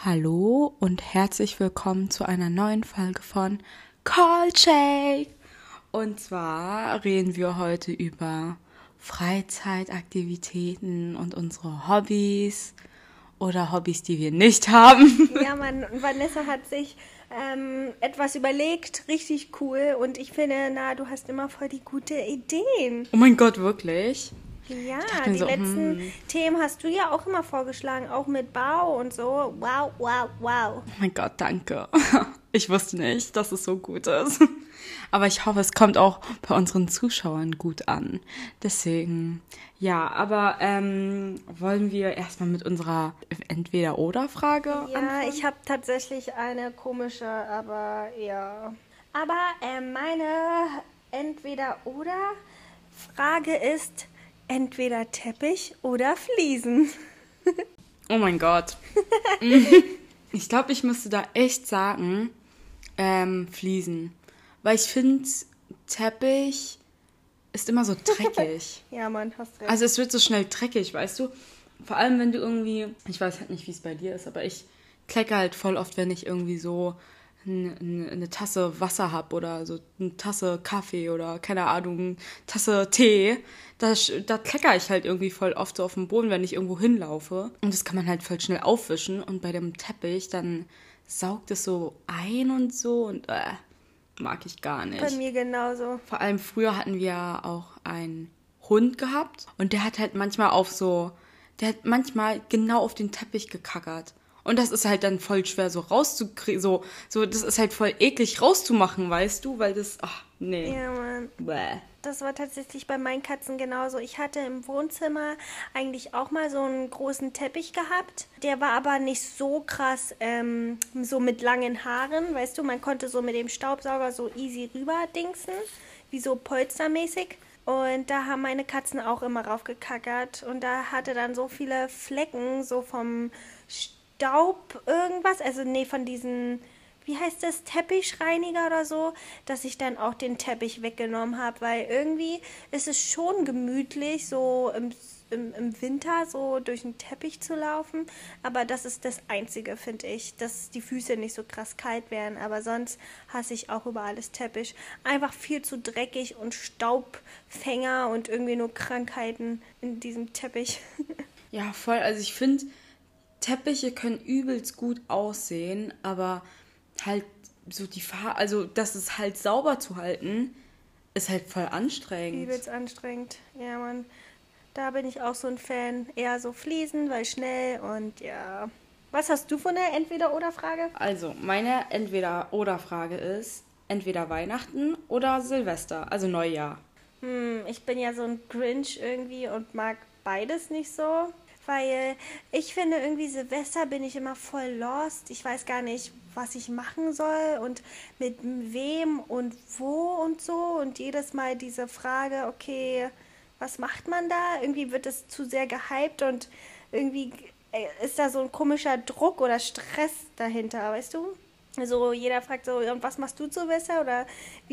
Hallo und herzlich willkommen zu einer neuen Folge von Call Shake. Und zwar reden wir heute über Freizeitaktivitäten und unsere Hobbys oder Hobbys, die wir nicht haben. Ja, Vanessa hat sich etwas überlegt, richtig cool. Und ich finde, du hast immer voll die gute Ideen. Oh mein Gott, wirklich? Ja, mir die so, letzten Themen hast du ja auch immer vorgeschlagen, auch mit Bau und so. Wow, wow, wow. Oh mein Gott, danke. Ich wusste nicht, dass es so gut ist. Aber ich hoffe, es kommt auch bei unseren Zuschauern gut an. Deswegen, ja, aber wollen wir erstmal mit unserer Entweder-Oder-Frage anfangen? Ja, ich habe tatsächlich eine komische, aber ja. Aber meine Entweder-Oder-Frage ist entweder Teppich oder Fliesen. Oh mein Gott. Ich glaube, ich müsste da echt sagen, Fliesen. Weil ich finde, Teppich ist immer so dreckig. Ja, Mann, hast recht. Also es wird so schnell dreckig, weißt du? Vor allem, wenn du irgendwie, ich weiß halt nicht, wie es bei dir ist, aber ich klecke halt voll oft, wenn ich irgendwie so eine Tasse Wasser habe oder so eine Tasse Kaffee oder, keine Ahnung, Tasse Tee. Da kleckere ich halt irgendwie voll oft so auf dem Boden, wenn ich irgendwo hinlaufe. Und das kann man halt voll schnell aufwischen. Und bei dem Teppich, dann saugt es so ein und so und mag ich gar nicht. Bei mir genauso. Vor allem früher hatten wir ja auch einen Hund gehabt und der hat manchmal genau auf den Teppich gekackert. Und das ist halt dann voll schwer so rauszukriegen, so, das ist halt voll eklig rauszumachen, weißt du, weil das, ach, nee. Ja, Mann. Bäh. Das war tatsächlich bei meinen Katzen genauso. Ich hatte im Wohnzimmer eigentlich auch mal so einen großen Teppich gehabt. Der war aber nicht so krass, so mit langen Haaren, weißt du, man konnte so mit dem Staubsauger so easy rüber dingsen, wie so polstermäßig. Und da haben meine Katzen auch immer raufgekackert. Und da hatte dann so viele Flecken, so vom Staub irgendwas, also nee, von diesen, wie heißt das, Teppichreiniger oder so, dass ich dann auch den Teppich weggenommen habe, weil irgendwie ist es schon gemütlich, so im Winter so durch den Teppich zu laufen, aber das ist das Einzige, finde ich, dass die Füße nicht so krass kalt werden, aber sonst hasse ich auch über alles Teppich. Einfach viel zu dreckig und Staubfänger und irgendwie nur Krankheiten in diesem Teppich. Ja, voll, also ich finde, Teppiche können übelst gut aussehen, aber halt so also das ist halt sauber zu halten, ist halt voll anstrengend. Übelst anstrengend, ja, Mann. Da bin ich auch so ein Fan. Eher so Fliesen, weil schnell und ja. Was hast du für eine Entweder-Oder-Frage? Also, meine Entweder-Oder-Frage ist, entweder Weihnachten oder Silvester, also Neujahr. Ich bin ja so ein Grinch irgendwie und mag beides nicht so. Weil ich finde, irgendwie Silvester bin ich immer voll lost. Ich weiß gar nicht, was ich machen soll und mit wem und wo und so. Und jedes Mal diese Frage, okay, was macht man da? Irgendwie wird es zu sehr gehypt und irgendwie ist da so ein komischer Druck oder Stress dahinter, weißt du? Also jeder fragt so, und was machst du zu Silvester oder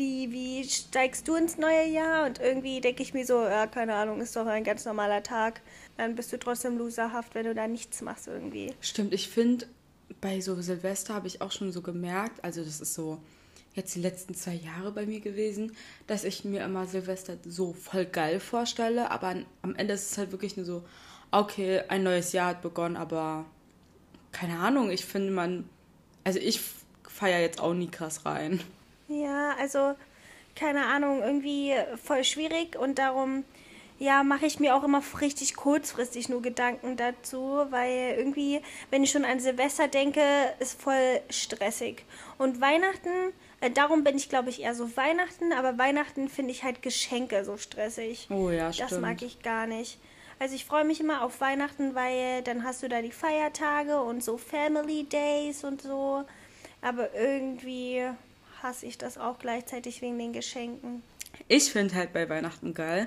wie steigst du ins neue Jahr? Und irgendwie denke ich mir so, ja, keine Ahnung, ist doch ein ganz normaler Tag. Dann bist du trotzdem loserhaft, wenn du da nichts machst irgendwie. Stimmt, ich finde, bei so Silvester habe ich auch schon so gemerkt, also das ist so jetzt die letzten 2 Jahre bei mir gewesen, dass ich mir immer Silvester so voll geil vorstelle, aber am Ende ist es halt wirklich nur so, okay, ein neues Jahr hat begonnen, aber keine Ahnung, ich finde ich feiere jetzt auch nie krass rein. Ja, also keine Ahnung, irgendwie voll schwierig und darum, ja, mache ich mir auch immer richtig kurzfristig nur Gedanken dazu, weil irgendwie, wenn ich schon an Silvester denke, ist voll stressig. Und Weihnachten, darum bin ich glaube ich eher so Weihnachten, aber Weihnachten finde ich halt Geschenke so stressig. Oh ja, Das stimmt. mag ich gar nicht. Also ich freue mich immer auf Weihnachten, weil dann hast du da die Feiertage und so Family Days und so. Aber irgendwie hasse ich das auch gleichzeitig wegen den Geschenken. Ich finde halt bei Weihnachten geil,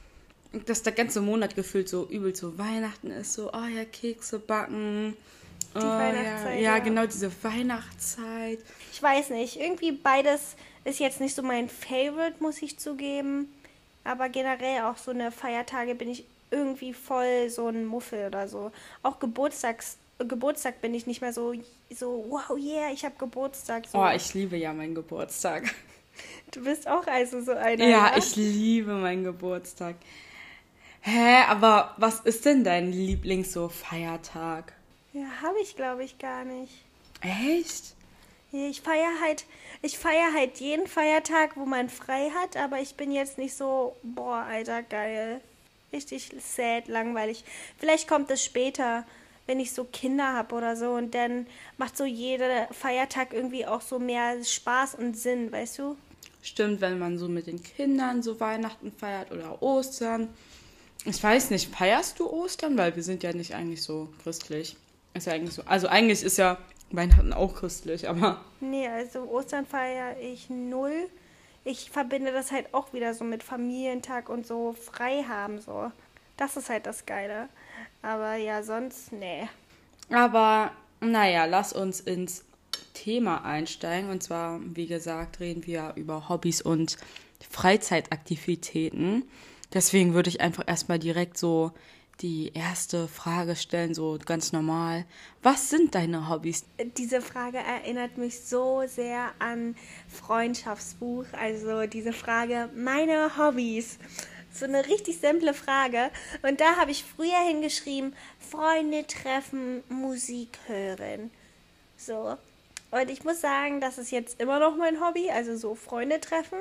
dass der ganze Monat gefühlt so übel so Weihnachten ist, so, oh ja, Kekse backen. Die Weihnachtszeit. Ja, genau, diese Weihnachtszeit. Ich weiß nicht, irgendwie beides ist jetzt nicht so mein Favorite, muss ich zugeben. Aber generell auch so eine Feiertage bin ich irgendwie voll so ein Muffel oder so. Auch Geburtstags Geburtstag bin ich nicht mehr so, wow, yeah, ich habe Geburtstag. So. Oh, ich liebe ja meinen Geburtstag. Du bist auch also so einer, Ja, ich liebe meinen Geburtstag. Hä, aber was ist denn dein Feiertag? Ja, habe ich, glaube ich, gar nicht. Echt? Ich feier halt jeden Feiertag, wo man frei hat, aber ich bin jetzt nicht so, boah, Alter, geil. Richtig sad, langweilig. Vielleicht kommt es später, wenn ich so Kinder habe oder so, und dann macht so jeder Feiertag irgendwie auch so mehr Spaß und Sinn, weißt du? Stimmt, wenn man so mit den Kindern so Weihnachten feiert oder Ostern. Ich weiß nicht, feierst du Ostern? Weil wir sind ja nicht eigentlich so christlich. Ist ja eigentlich so. Also eigentlich ist ja Weihnachten auch christlich, aber. Nee, also Ostern feiere ich null. Ich verbinde das halt auch wieder so mit Familientag und so frei haben, so. Das ist halt das Geile. Aber ja, sonst, nee. Aber, naja, lass uns ins Thema einsteigen. Und zwar, wie gesagt, reden wir über Hobbys und Freizeitaktivitäten. Deswegen würde ich einfach erstmal direkt so die erste Frage stellen, so ganz normal. Was sind deine Hobbys? Diese Frage erinnert mich so sehr an Freundschaftsbuch. Also diese Frage, meine Hobbys. So eine richtig simple Frage. Und da habe ich früher hingeschrieben, Freunde treffen, Musik hören. So. Und ich muss sagen, das ist jetzt immer noch mein Hobby, also so Freunde treffen.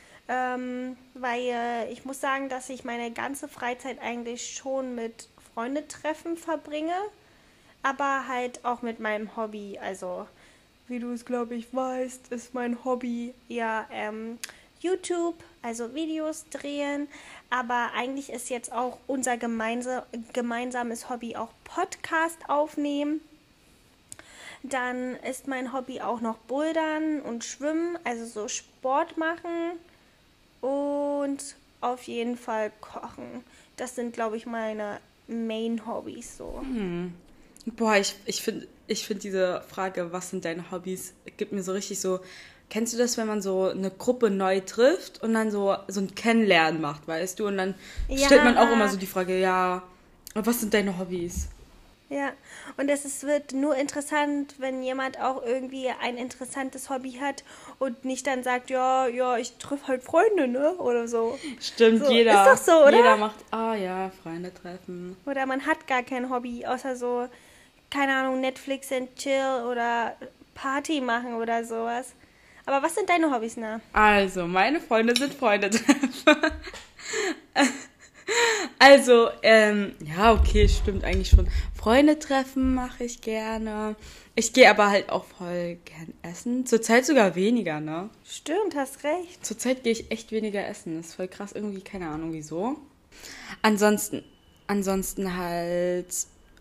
Weil ich muss sagen, dass ich meine ganze Freizeit eigentlich schon mit Freundetreffen verbringe, aber halt auch mit meinem Hobby. Also, wie du es, glaube ich, weißt, ist mein Hobby ja YouTube, also Videos drehen, aber eigentlich ist jetzt auch unser gemeinsames Hobby auch Podcast aufnehmen. Dann ist mein Hobby auch noch Bouldern und Schwimmen, also so Sport machen. Und auf jeden Fall kochen. Das sind, glaube ich, meine Main-Hobbys so. Boah, ich find diese Frage, was sind deine Hobbys, gibt mir so richtig so. Kennst du das, wenn man so eine Gruppe neu trifft und dann so ein Kennenlernen macht, weißt du? Und dann stellt man auch immer so die Frage, ja, was sind deine Hobbys? Ja, und wird nur interessant, wenn jemand auch irgendwie ein interessantes Hobby hat und nicht dann sagt, ja, ich triff halt Freunde, ne? Oder so. Stimmt, so, jeder. Ist doch so, oder? Jeder macht, ja, Freunde treffen. Oder man hat gar kein Hobby, außer so, keine Ahnung, Netflix and Chill oder Party machen oder sowas. Aber was sind deine Hobbys, Na? Also, meine Freunde sind Freunde treffen. Also, ja, okay, stimmt eigentlich schon. Freunde treffen mache ich gerne. Ich gehe aber halt auch voll gern essen. Zurzeit sogar weniger, ne? Stimmt, hast recht. Zurzeit gehe ich echt weniger essen. Das ist voll krass, irgendwie, keine Ahnung wieso. Ansonsten halt,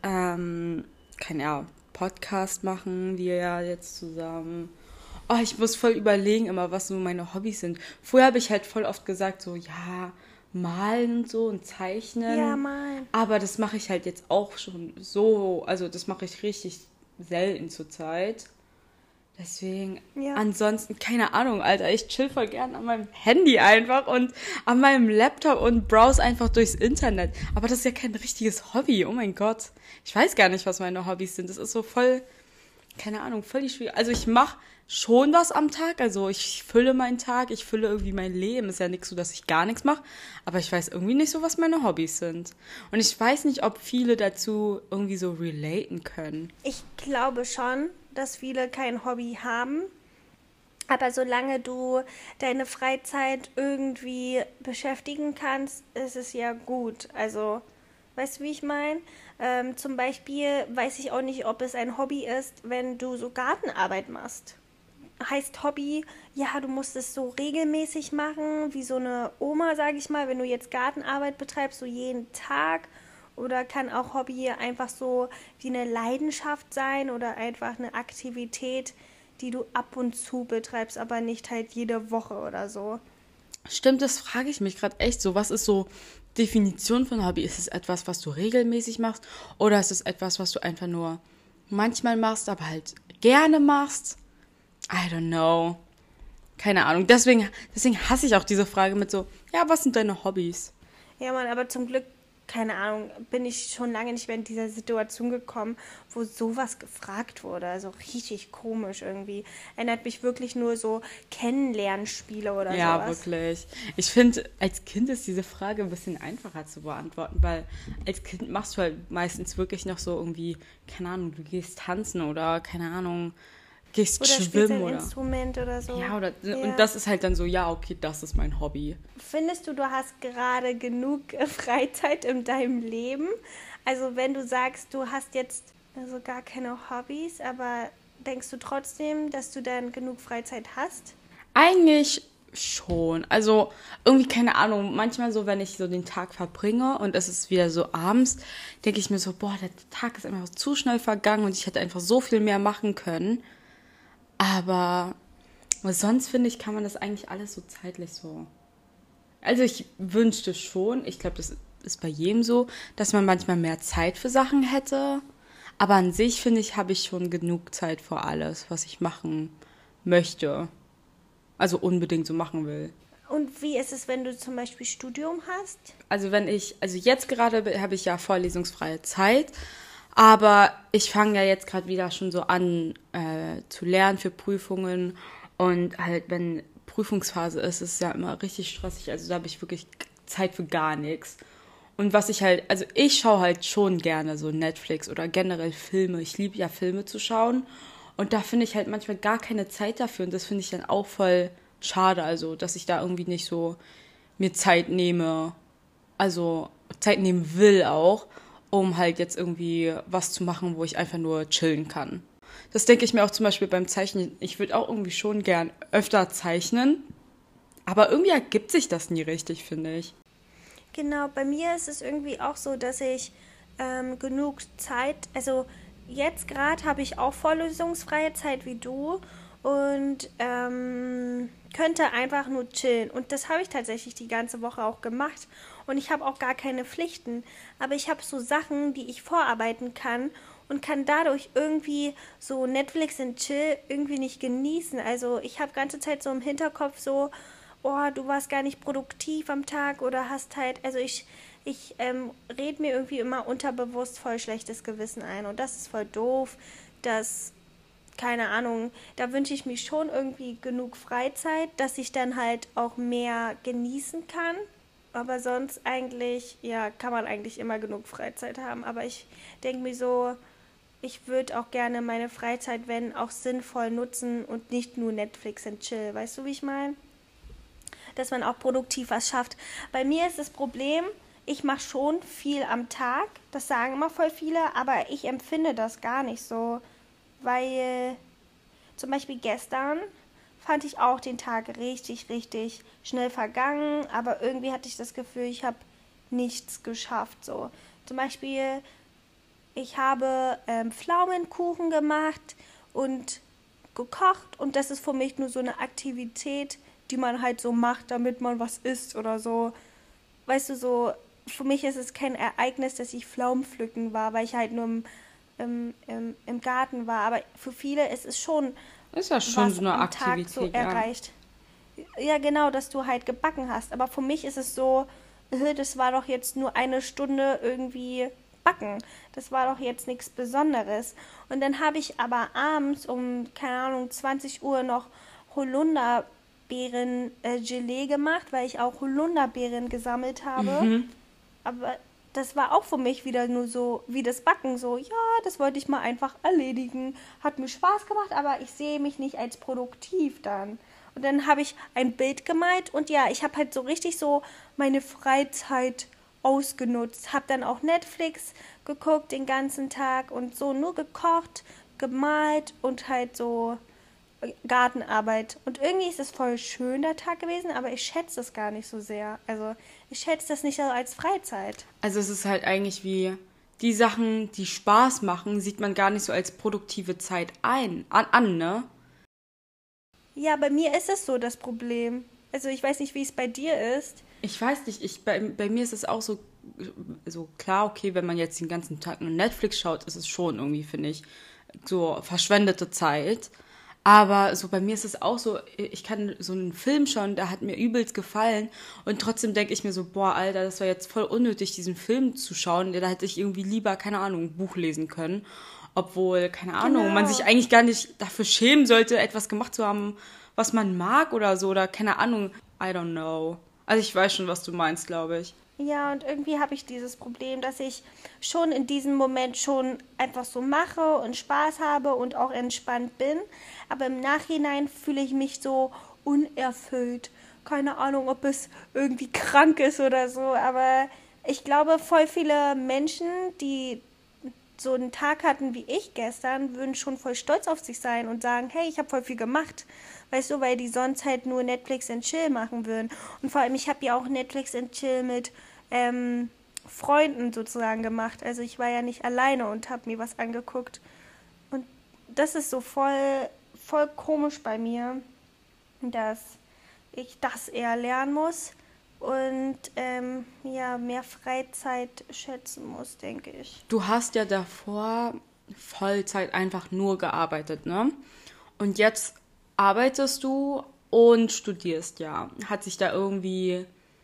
keine Ahnung, Podcast machen wir ja jetzt zusammen. Oh, ich muss voll überlegen immer, was so meine Hobbys sind. Früher habe ich halt voll oft gesagt, so, ja, malen und so und zeichnen. Ja, malen. Aber das mache ich halt jetzt auch schon so, also das mache ich richtig selten zurzeit. Deswegen, Ja. Ansonsten, keine Ahnung, Alter, ich chill voll gern an meinem Handy einfach und an meinem Laptop und browse einfach durchs Internet. Aber das ist ja kein richtiges Hobby, oh mein Gott. Ich weiß gar nicht, was meine Hobbys sind. Das ist so voll, keine Ahnung, voll die Schwierigkeit. Also ich mache schon was am Tag, also ich fülle meinen Tag, ich fülle irgendwie mein Leben. Ist ja nicht so, dass ich gar nichts mache, aber ich weiß irgendwie nicht so, was meine Hobbys sind. Und ich weiß nicht, ob viele dazu irgendwie so relaten können. Ich glaube schon, dass viele kein Hobby haben. Aber solange du deine Freizeit irgendwie beschäftigen kannst, ist es ja gut. Also, weißt du, wie ich meine? Zum Beispiel weiß ich auch nicht, ob es ein Hobby ist, wenn du so Gartenarbeit machst. Heißt Hobby, ja, du musst es so regelmäßig machen, wie so eine Oma, sage ich mal, wenn du jetzt Gartenarbeit betreibst, so jeden Tag. Oder kann auch Hobby einfach so wie eine Leidenschaft sein oder einfach eine Aktivität, die du ab und zu betreibst, aber nicht halt jede Woche oder so. Stimmt, das frage ich mich gerade echt so. Was ist so Definition von Hobby? Ist es etwas, was du regelmäßig machst? Oder ist es etwas, was du einfach nur manchmal machst, aber halt gerne machst? I don't know. Keine Ahnung. Deswegen hasse ich auch diese Frage mit so, ja, was sind deine Hobbys? Ja, Mann, aber zum Glück keine Ahnung, bin ich schon lange nicht mehr in dieser Situation gekommen, wo sowas gefragt wurde. Also richtig komisch irgendwie. Erinnert mich wirklich nur so Kennenlernspiele oder Ja, sowas. wirklich. Ich finde, als Kind ist diese Frage ein bisschen einfacher zu beantworten, weil als Kind machst du halt meistens wirklich noch so irgendwie, keine Ahnung, du gehst tanzen oder, keine Ahnung, gehst Oder spielst schwimmen ein oder. Instrument oder so. Ja, oder. Ja. Und das ist halt dann so, ja, okay, das ist mein Hobby. Findest du, du hast gerade genug Freizeit in deinem Leben? Also wenn du sagst, du hast jetzt also gar keine Hobbys, aber denkst du trotzdem, dass du dann genug Freizeit hast? Eigentlich schon. Also irgendwie, keine Ahnung, manchmal so, wenn ich so den Tag verbringe und es ist wieder so abends, denke ich mir so, boah, der Tag ist einfach zu schnell vergangen und ich hätte einfach so viel mehr machen können. Aber sonst finde ich, kann man das eigentlich alles so zeitlich so. Also ich wünschte schon, ich glaube, das ist bei jedem so, dass man manchmal mehr Zeit für Sachen hätte. Aber an sich, finde ich, habe ich schon genug Zeit für alles, was ich machen möchte. Also unbedingt so machen will. Und wie ist es, wenn du zum Beispiel Studium hast? Also jetzt gerade habe ich ja vorlesungsfreie Zeit, aber ich fange ja jetzt gerade wieder schon so an zu lernen für Prüfungen und halt, wenn Prüfungsphase ist, ist es ja immer richtig stressig, also da habe ich wirklich Zeit für gar nichts. Und was ich halt, also ich schaue halt schon gerne so Netflix oder generell Filme. Ich liebe ja Filme zu schauen. Und da finde ich halt manchmal gar keine Zeit dafür. Und das finde ich dann auch voll schade. Also, dass ich da irgendwie nicht so mir Zeit nehme. Also, Zeit nehmen will auch, um halt jetzt irgendwie was zu machen, wo ich einfach nur chillen kann. Das denke ich mir auch zum Beispiel beim Zeichnen. Ich würde auch irgendwie schon gern öfter zeichnen. Aber irgendwie ergibt sich das nie richtig, finde ich. Genau, bei mir ist es irgendwie auch so, dass ich genug Zeit, also jetzt gerade habe ich auch vorlesungsfreie Zeit wie du und könnte einfach nur chillen. Und das habe ich tatsächlich die ganze Woche auch gemacht. Und ich habe auch gar keine Pflichten. Aber ich habe so Sachen, die ich vorarbeiten kann und kann dadurch irgendwie so Netflix und Chill irgendwie nicht genießen. Also ich habe ganze Zeit so im Hinterkopf so, oh, du warst gar nicht produktiv am Tag oder hast halt, also ich rede mir irgendwie immer unterbewusst voll schlechtes Gewissen ein und das ist voll doof, dass, keine Ahnung, da wünsche ich mir schon irgendwie genug Freizeit, dass ich dann halt auch mehr genießen kann, aber sonst eigentlich, ja, kann man eigentlich immer genug Freizeit haben, aber ich denke mir so, ich würde auch gerne meine Freizeit, wenn, auch sinnvoll nutzen und nicht nur Netflix und Chill, weißt du, wie ich meine? Dass man auch produktiv was schafft. Bei mir ist das Problem, ich mache schon viel am Tag, das sagen immer voll viele, aber ich empfinde das gar nicht so, weil zum Beispiel gestern fand ich auch den Tag richtig, richtig schnell vergangen, aber irgendwie hatte ich das Gefühl, ich habe nichts geschafft. So. Zum Beispiel, ich habe Pflaumenkuchen gemacht und gekocht und das ist für mich nur so eine Aktivität, die man halt so macht, damit man was isst oder so. Weißt du, so, für mich ist es kein Ereignis, dass ich Pflaumen pflücken war, weil ich halt nur im Garten war. Aber für viele ist es schon Ist ja schon was so eine am Tag so Aktivität, ja. erreicht. Ja, genau, dass du halt gebacken hast. Aber für mich ist es so, das war doch jetzt nur eine Stunde irgendwie backen. Das war doch jetzt nichts Besonderes. Und dann habe ich aber abends um, keine Ahnung, 20 Uhr noch Holunderbeeren-Gelee gemacht, weil ich auch Holunderbeeren gesammelt habe. Aber das war auch für mich wieder nur so wie das Backen, so, ja, das wollte ich mal einfach erledigen. Hat mir Spaß gemacht, aber ich sehe mich nicht als produktiv dann. Und dann habe ich ein Bild gemalt und ja, ich habe halt so richtig so meine Freizeit ausgenutzt. Habe dann auch Netflix geguckt den ganzen Tag und so nur gekocht, gemalt und halt so Gartenarbeit. Und irgendwie ist es voll schön, der Tag gewesen, aber ich schätze das gar nicht so sehr. Also ich schätze das nicht so als Freizeit. Also es ist halt eigentlich wie die Sachen, die Spaß machen, sieht man gar nicht so als produktive Zeit an, ne? Ja, bei mir ist es so das Problem. Also ich weiß nicht, wie es bei dir ist. Ich weiß nicht, bei mir ist es auch so klar, okay, wenn man jetzt den ganzen Tag nur Netflix schaut, ist es schon irgendwie, finde ich, so verschwendete Zeit. Aber so bei mir ist es auch so, ich kann so einen Film schauen, der hat mir übelst gefallen und trotzdem denke ich mir so, boah, Alter, das war jetzt voll unnötig, diesen Film zu schauen. Da hätte ich irgendwie lieber, keine Ahnung, ein Buch lesen können. Obwohl, keine Ahnung, man sich eigentlich gar nicht dafür schämen sollte, etwas gemacht zu haben, was man mag oder so. Oder keine Ahnung, I don't know. Also ich weiß schon, was du meinst, glaube ich. Ja, und irgendwie habe ich dieses Problem, dass ich schon in diesem Moment schon einfach so mache und Spaß habe und auch entspannt bin. Aber im Nachhinein fühle ich mich so unerfüllt. Keine Ahnung, ob es irgendwie krank ist oder so. Aber ich glaube, voll viele Menschen, die so einen Tag hatten wie ich gestern, würden schon voll stolz auf sich sein und sagen, hey, ich habe voll viel gemacht. Weißt du, weil die sonst halt nur Netflix and Chill machen würden. Und vor allem, ich habe ja auch Netflix and Chill mit Freunden sozusagen gemacht. Also ich war ja nicht alleine und habe mir was angeguckt. Und das ist so voll komisch bei mir, dass ich das eher lernen muss und ja, mehr Freizeit schätzen muss, denke ich. Du hast ja davor Vollzeit einfach nur gearbeitet, ne? Und jetzt arbeitest du und studierst, ja. Hat sich da irgendwie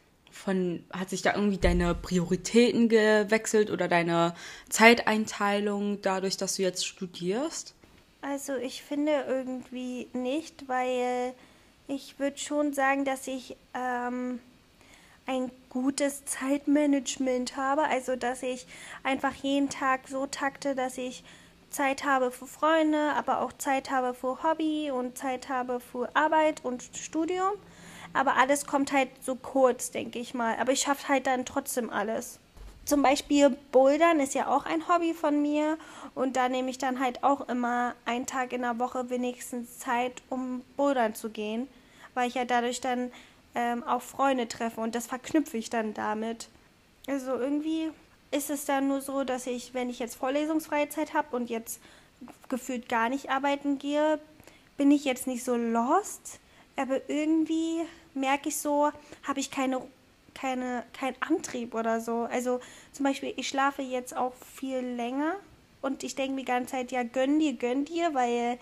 deine Prioritäten gewechselt oder deine Zeiteinteilung dadurch, dass du jetzt studierst? Also ich finde irgendwie nicht, weil ich würde schon sagen, dass ich ein gutes Zeitmanagement habe. Also dass ich einfach jeden Tag so takte, dass ich Zeit habe für Freunde, aber auch Zeit habe für Hobby und Zeit habe für Arbeit und Studium. Aber alles kommt halt so kurz, denke ich mal. Aber ich schaffe halt dann trotzdem alles. Zum Beispiel Bouldern ist ja auch ein Hobby von mir. Und da nehme ich dann halt auch immer einen Tag in der Woche wenigstens Zeit, um Bouldern zu gehen. Weil ich ja dadurch dann auch Freunde treffe. Und das verknüpfe ich dann damit. Also irgendwie ist es dann nur so, dass ich, wenn ich jetzt vorlesungsfreie Zeit habe und jetzt gefühlt gar nicht arbeiten gehe, bin ich jetzt nicht so lost. Aber irgendwie merke ich so, habe ich keinen Antrieb oder so. Also zum Beispiel, ich schlafe jetzt auch viel länger und ich denke mir die ganze Zeit, ja, gönn dir, weil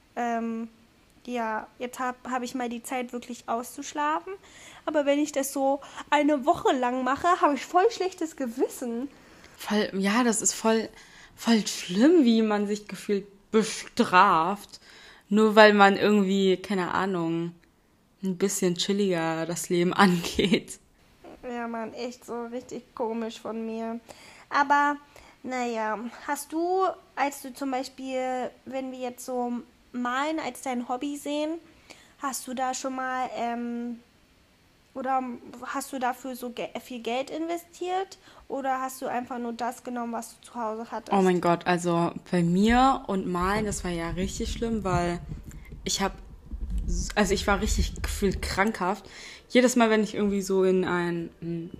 ja, jetzt hab ich mal die Zeit wirklich auszuschlafen. Aber wenn ich das so eine Woche lang mache, habe ich voll schlechtes Gewissen. Ja, das ist voll schlimm, wie man sich gefühlt bestraft. Nur weil man irgendwie, keine Ahnung, ein bisschen chilliger das Leben angeht. Ja, Mann, echt so richtig komisch von mir. Aber, naja, hast du, als du zum Beispiel, wenn wir jetzt so Malen als dein Hobby sehen, hast du da schon mal, oder hast du dafür so viel Geld investiert? Oder hast du einfach nur das genommen, was du zu Hause hattest? Oh mein Gott, also bei mir und Malen, das war ja richtig schlimm, weil ich war richtig gefühlt krankhaft. Jedes Mal, wenn ich irgendwie so in einen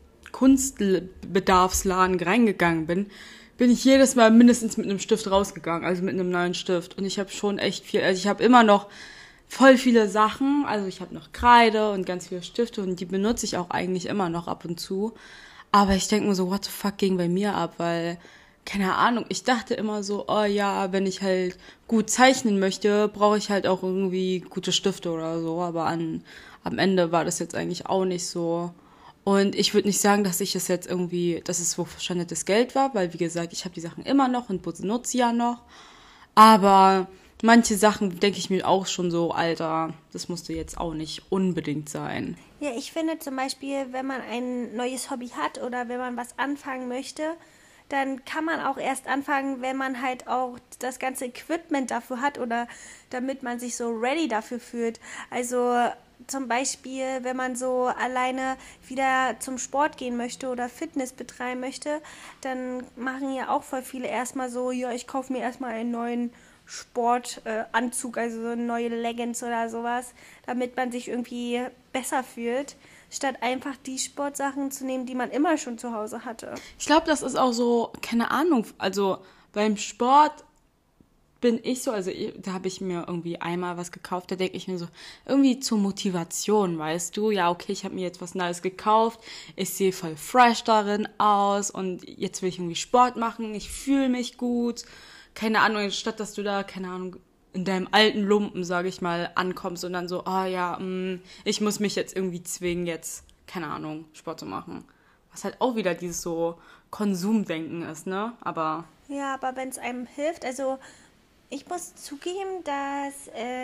Kunstbedarfsladen reingegangen bin ich jedes Mal mindestens mit einem Stift rausgegangen, also mit einem neuen Stift. Und ich habe schon echt viel, also ich habe immer noch voll viele Sachen, also ich habe noch Kreide und ganz viele Stifte und die benutze ich auch eigentlich immer noch ab und zu. Aber ich denke mir so, what the fuck ging bei mir ab, weil, keine Ahnung, ich dachte immer so, oh ja, wenn ich halt gut zeichnen möchte, brauche ich halt auch irgendwie gute Stifte oder so, aber am Ende war das jetzt eigentlich auch nicht so. Und ich würde nicht sagen, dass es wo verschwendetes Geld war, weil wie gesagt, ich habe die Sachen immer noch und benutze sie ja noch. Aber manche Sachen denke ich mir auch schon so, Alter, das musste jetzt auch nicht unbedingt sein. Ja, ich finde zum Beispiel, wenn man ein neues Hobby hat oder wenn man was anfangen möchte, dann kann man auch erst anfangen, wenn man halt auch das ganze Equipment dafür hat oder damit man sich so ready dafür fühlt. Also zum Beispiel, wenn man so alleine wieder zum Sport gehen möchte oder Fitness betreiben möchte, dann machen ja auch voll viele erstmal so, ja, ich kaufe mir erstmal einen neuen Sportanzug, also so neue Leggings oder sowas, damit man sich irgendwie besser fühlt, statt einfach die Sportsachen zu nehmen, die man immer schon zu Hause hatte. Ich glaube, das ist auch so, keine Ahnung, also beim Sport bin ich so, da habe ich mir irgendwie einmal was gekauft, da denke ich mir so, irgendwie zur Motivation, weißt du, ja, okay, ich habe mir jetzt was Neues gekauft, ich sehe voll fresh darin aus und jetzt will ich irgendwie Sport machen, ich fühle mich gut, keine Ahnung, statt dass du da, keine Ahnung, in deinem alten Lumpen, sage ich mal, ankommst und dann so, ich muss mich jetzt irgendwie zwingen, jetzt, keine Ahnung, Sport zu machen. Was halt auch wieder dieses so Konsumdenken ist, ne? Aber... Ja, aber wenn es einem hilft, also ich muss zugeben, dass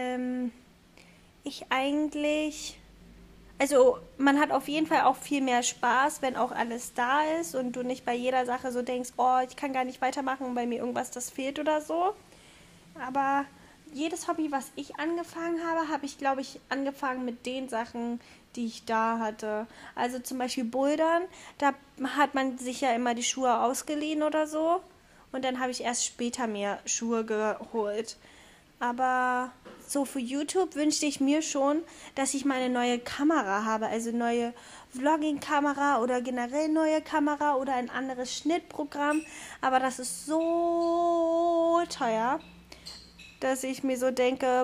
ich eigentlich, also man hat auf jeden Fall auch viel mehr Spaß, wenn auch alles da ist und du nicht bei jeder Sache so denkst, oh, ich kann gar nicht weitermachen, weil mir irgendwas das fehlt oder so. Aber jedes Hobby, was ich angefangen habe ich, glaube ich, angefangen mit den Sachen, die ich da hatte. Also zum Beispiel Bouldern, da hat man sich ja immer die Schuhe ausgeliehen oder so. Und dann habe ich erst später mir Schuhe geholt. Aber so für YouTube wünschte ich mir schon, dass ich meine neue Kamera habe. Also neue Vlogging-Kamera oder generell neue Kamera oder ein anderes Schnittprogramm. Aber das ist so teuer, dass ich mir so denke,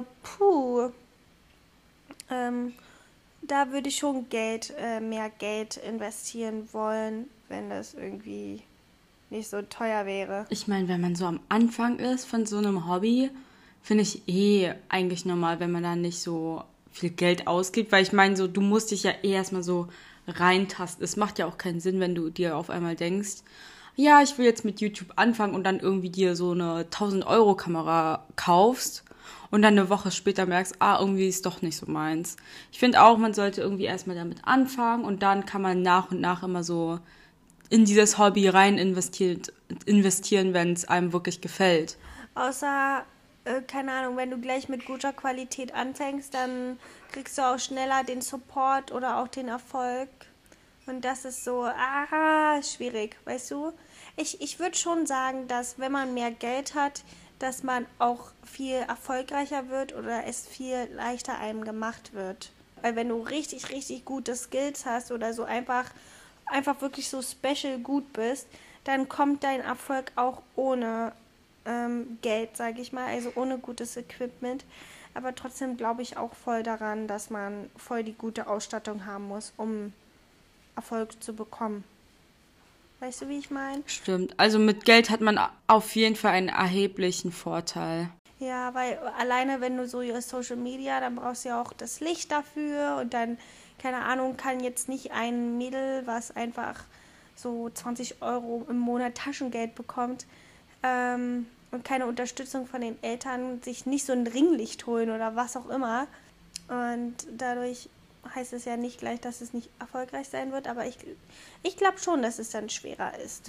da würde ich schon mehr Geld investieren wollen, wenn das irgendwie nicht so teuer wäre. Ich meine, wenn man so am Anfang ist von so einem Hobby, finde ich eigentlich normal, wenn man da nicht so viel Geld ausgibt, weil ich meine, so, du musst dich ja erstmal so reintasten. Es macht ja auch keinen Sinn, wenn du dir auf einmal denkst, ja, ich will jetzt mit YouTube anfangen und dann irgendwie dir so eine 1.000-Euro-Kamera kaufst und dann eine Woche später merkst, irgendwie ist doch nicht so meins. Ich finde auch, man sollte irgendwie erstmal damit anfangen und dann kann man nach und nach immer so in dieses Hobby rein investieren, wenn es einem wirklich gefällt. Außer, keine Ahnung, wenn du gleich mit guter Qualität anfängst, dann kriegst du auch schneller den Support oder auch den Erfolg. Und das ist so, schwierig, weißt du? Ich würde schon sagen, dass wenn man mehr Geld hat, dass man auch viel erfolgreicher wird oder es viel leichter einem gemacht wird. Weil wenn du richtig, richtig gute Skills hast oder so einfach wirklich so special gut bist, dann kommt dein Erfolg auch ohne Geld, sage ich mal, also ohne gutes Equipment. Aber trotzdem glaube ich auch voll daran, dass man voll die gute Ausstattung haben muss, um Erfolg zu bekommen. Weißt du, wie ich meine? Stimmt. Also mit Geld hat man auf jeden Fall einen erheblichen Vorteil. Ja, weil alleine wenn du so Social Media, dann brauchst du ja auch das Licht dafür und dann, keine Ahnung, kann jetzt nicht ein Mädel, was einfach so 20 Euro im Monat Taschengeld bekommt und keine Unterstützung von den Eltern, sich nicht so ein Ringlicht holen oder was auch immer. Und dadurch heißt es ja nicht gleich, dass es nicht erfolgreich sein wird, aber ich glaube schon, dass es dann schwerer ist.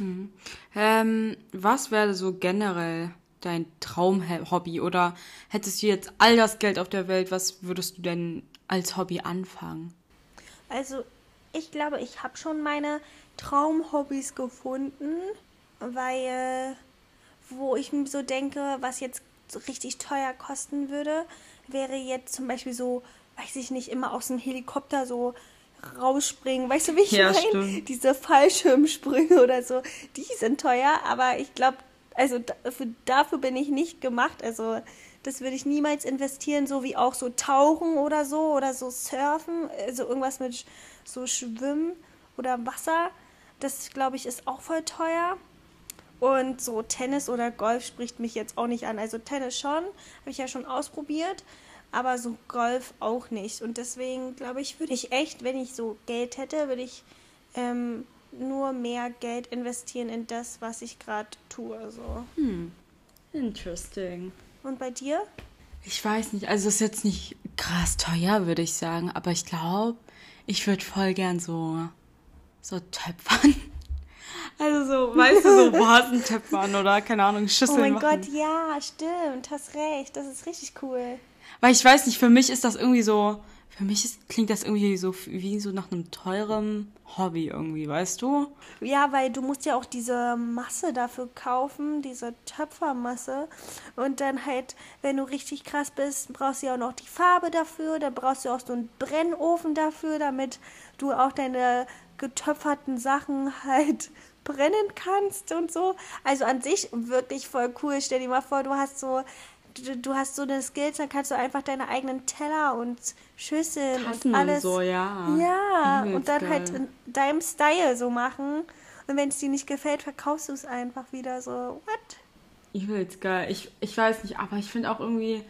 Was wäre so generell dein Traumhobby? Oder hättest du jetzt all das Geld auf der Welt, was würdest du denn als Hobby anfangen? Also ich glaube, ich habe schon meine Traumhobbys gefunden, weil wo ich mir so denke, was jetzt so richtig teuer kosten würde, wäre jetzt zum Beispiel so, weiß ich nicht, immer aus dem Helikopter so rausspringen. Weißt du, wie ich meine? Diese Fallschirmsprünge oder so, die sind teuer, aber ich glaube, also dafür bin ich nicht gemacht. Also das würde ich niemals investieren, so wie auch so Tauchen oder so Surfen, also irgendwas mit so Schwimmen oder Wasser. Das, glaube ich, ist auch voll teuer. Und so Tennis oder Golf spricht mich jetzt auch nicht an. Also Tennis schon, habe ich ja schon ausprobiert, aber so Golf auch nicht. Und deswegen, glaube ich, würde ich echt, wenn ich so Geld hätte, würde ich nur mehr Geld investieren in das, was ich gerade tue. So. Interesting. Und bei dir? Ich weiß nicht, also es ist jetzt nicht krass teuer, würde ich sagen, aber ich glaube, ich würde voll gern so töpfern. Also so, weißt du, so Vasentöpfern oder, keine Ahnung, Schüsseln machen. Oh mein Gott, ja, stimmt, hast recht, das ist richtig cool. Weil ich weiß nicht, für mich ist das irgendwie so, klingt das irgendwie so wie so nach einem teuren Hobby irgendwie, weißt du? Ja, weil du musst ja auch diese Masse dafür kaufen, diese Töpfermasse. Und dann halt, wenn du richtig krass bist, brauchst du ja auch noch die Farbe dafür. Dann brauchst du auch so einen Brennofen dafür, damit du auch deine getöpferten Sachen halt brennen kannst und so. Also an sich wirklich voll cool. Stell dir mal vor, du hast so eine Skills, dann kannst du einfach deine eigenen Teller und Schüsseln Tassen und alles. Und so, ja. Ja, Übelst und dann geil. halt in deinem Style so machen. Und wenn es dir nicht gefällt, verkaufst du es einfach wieder so. What? Übelst geil. Ich weiß nicht, aber ich finde auch irgendwie,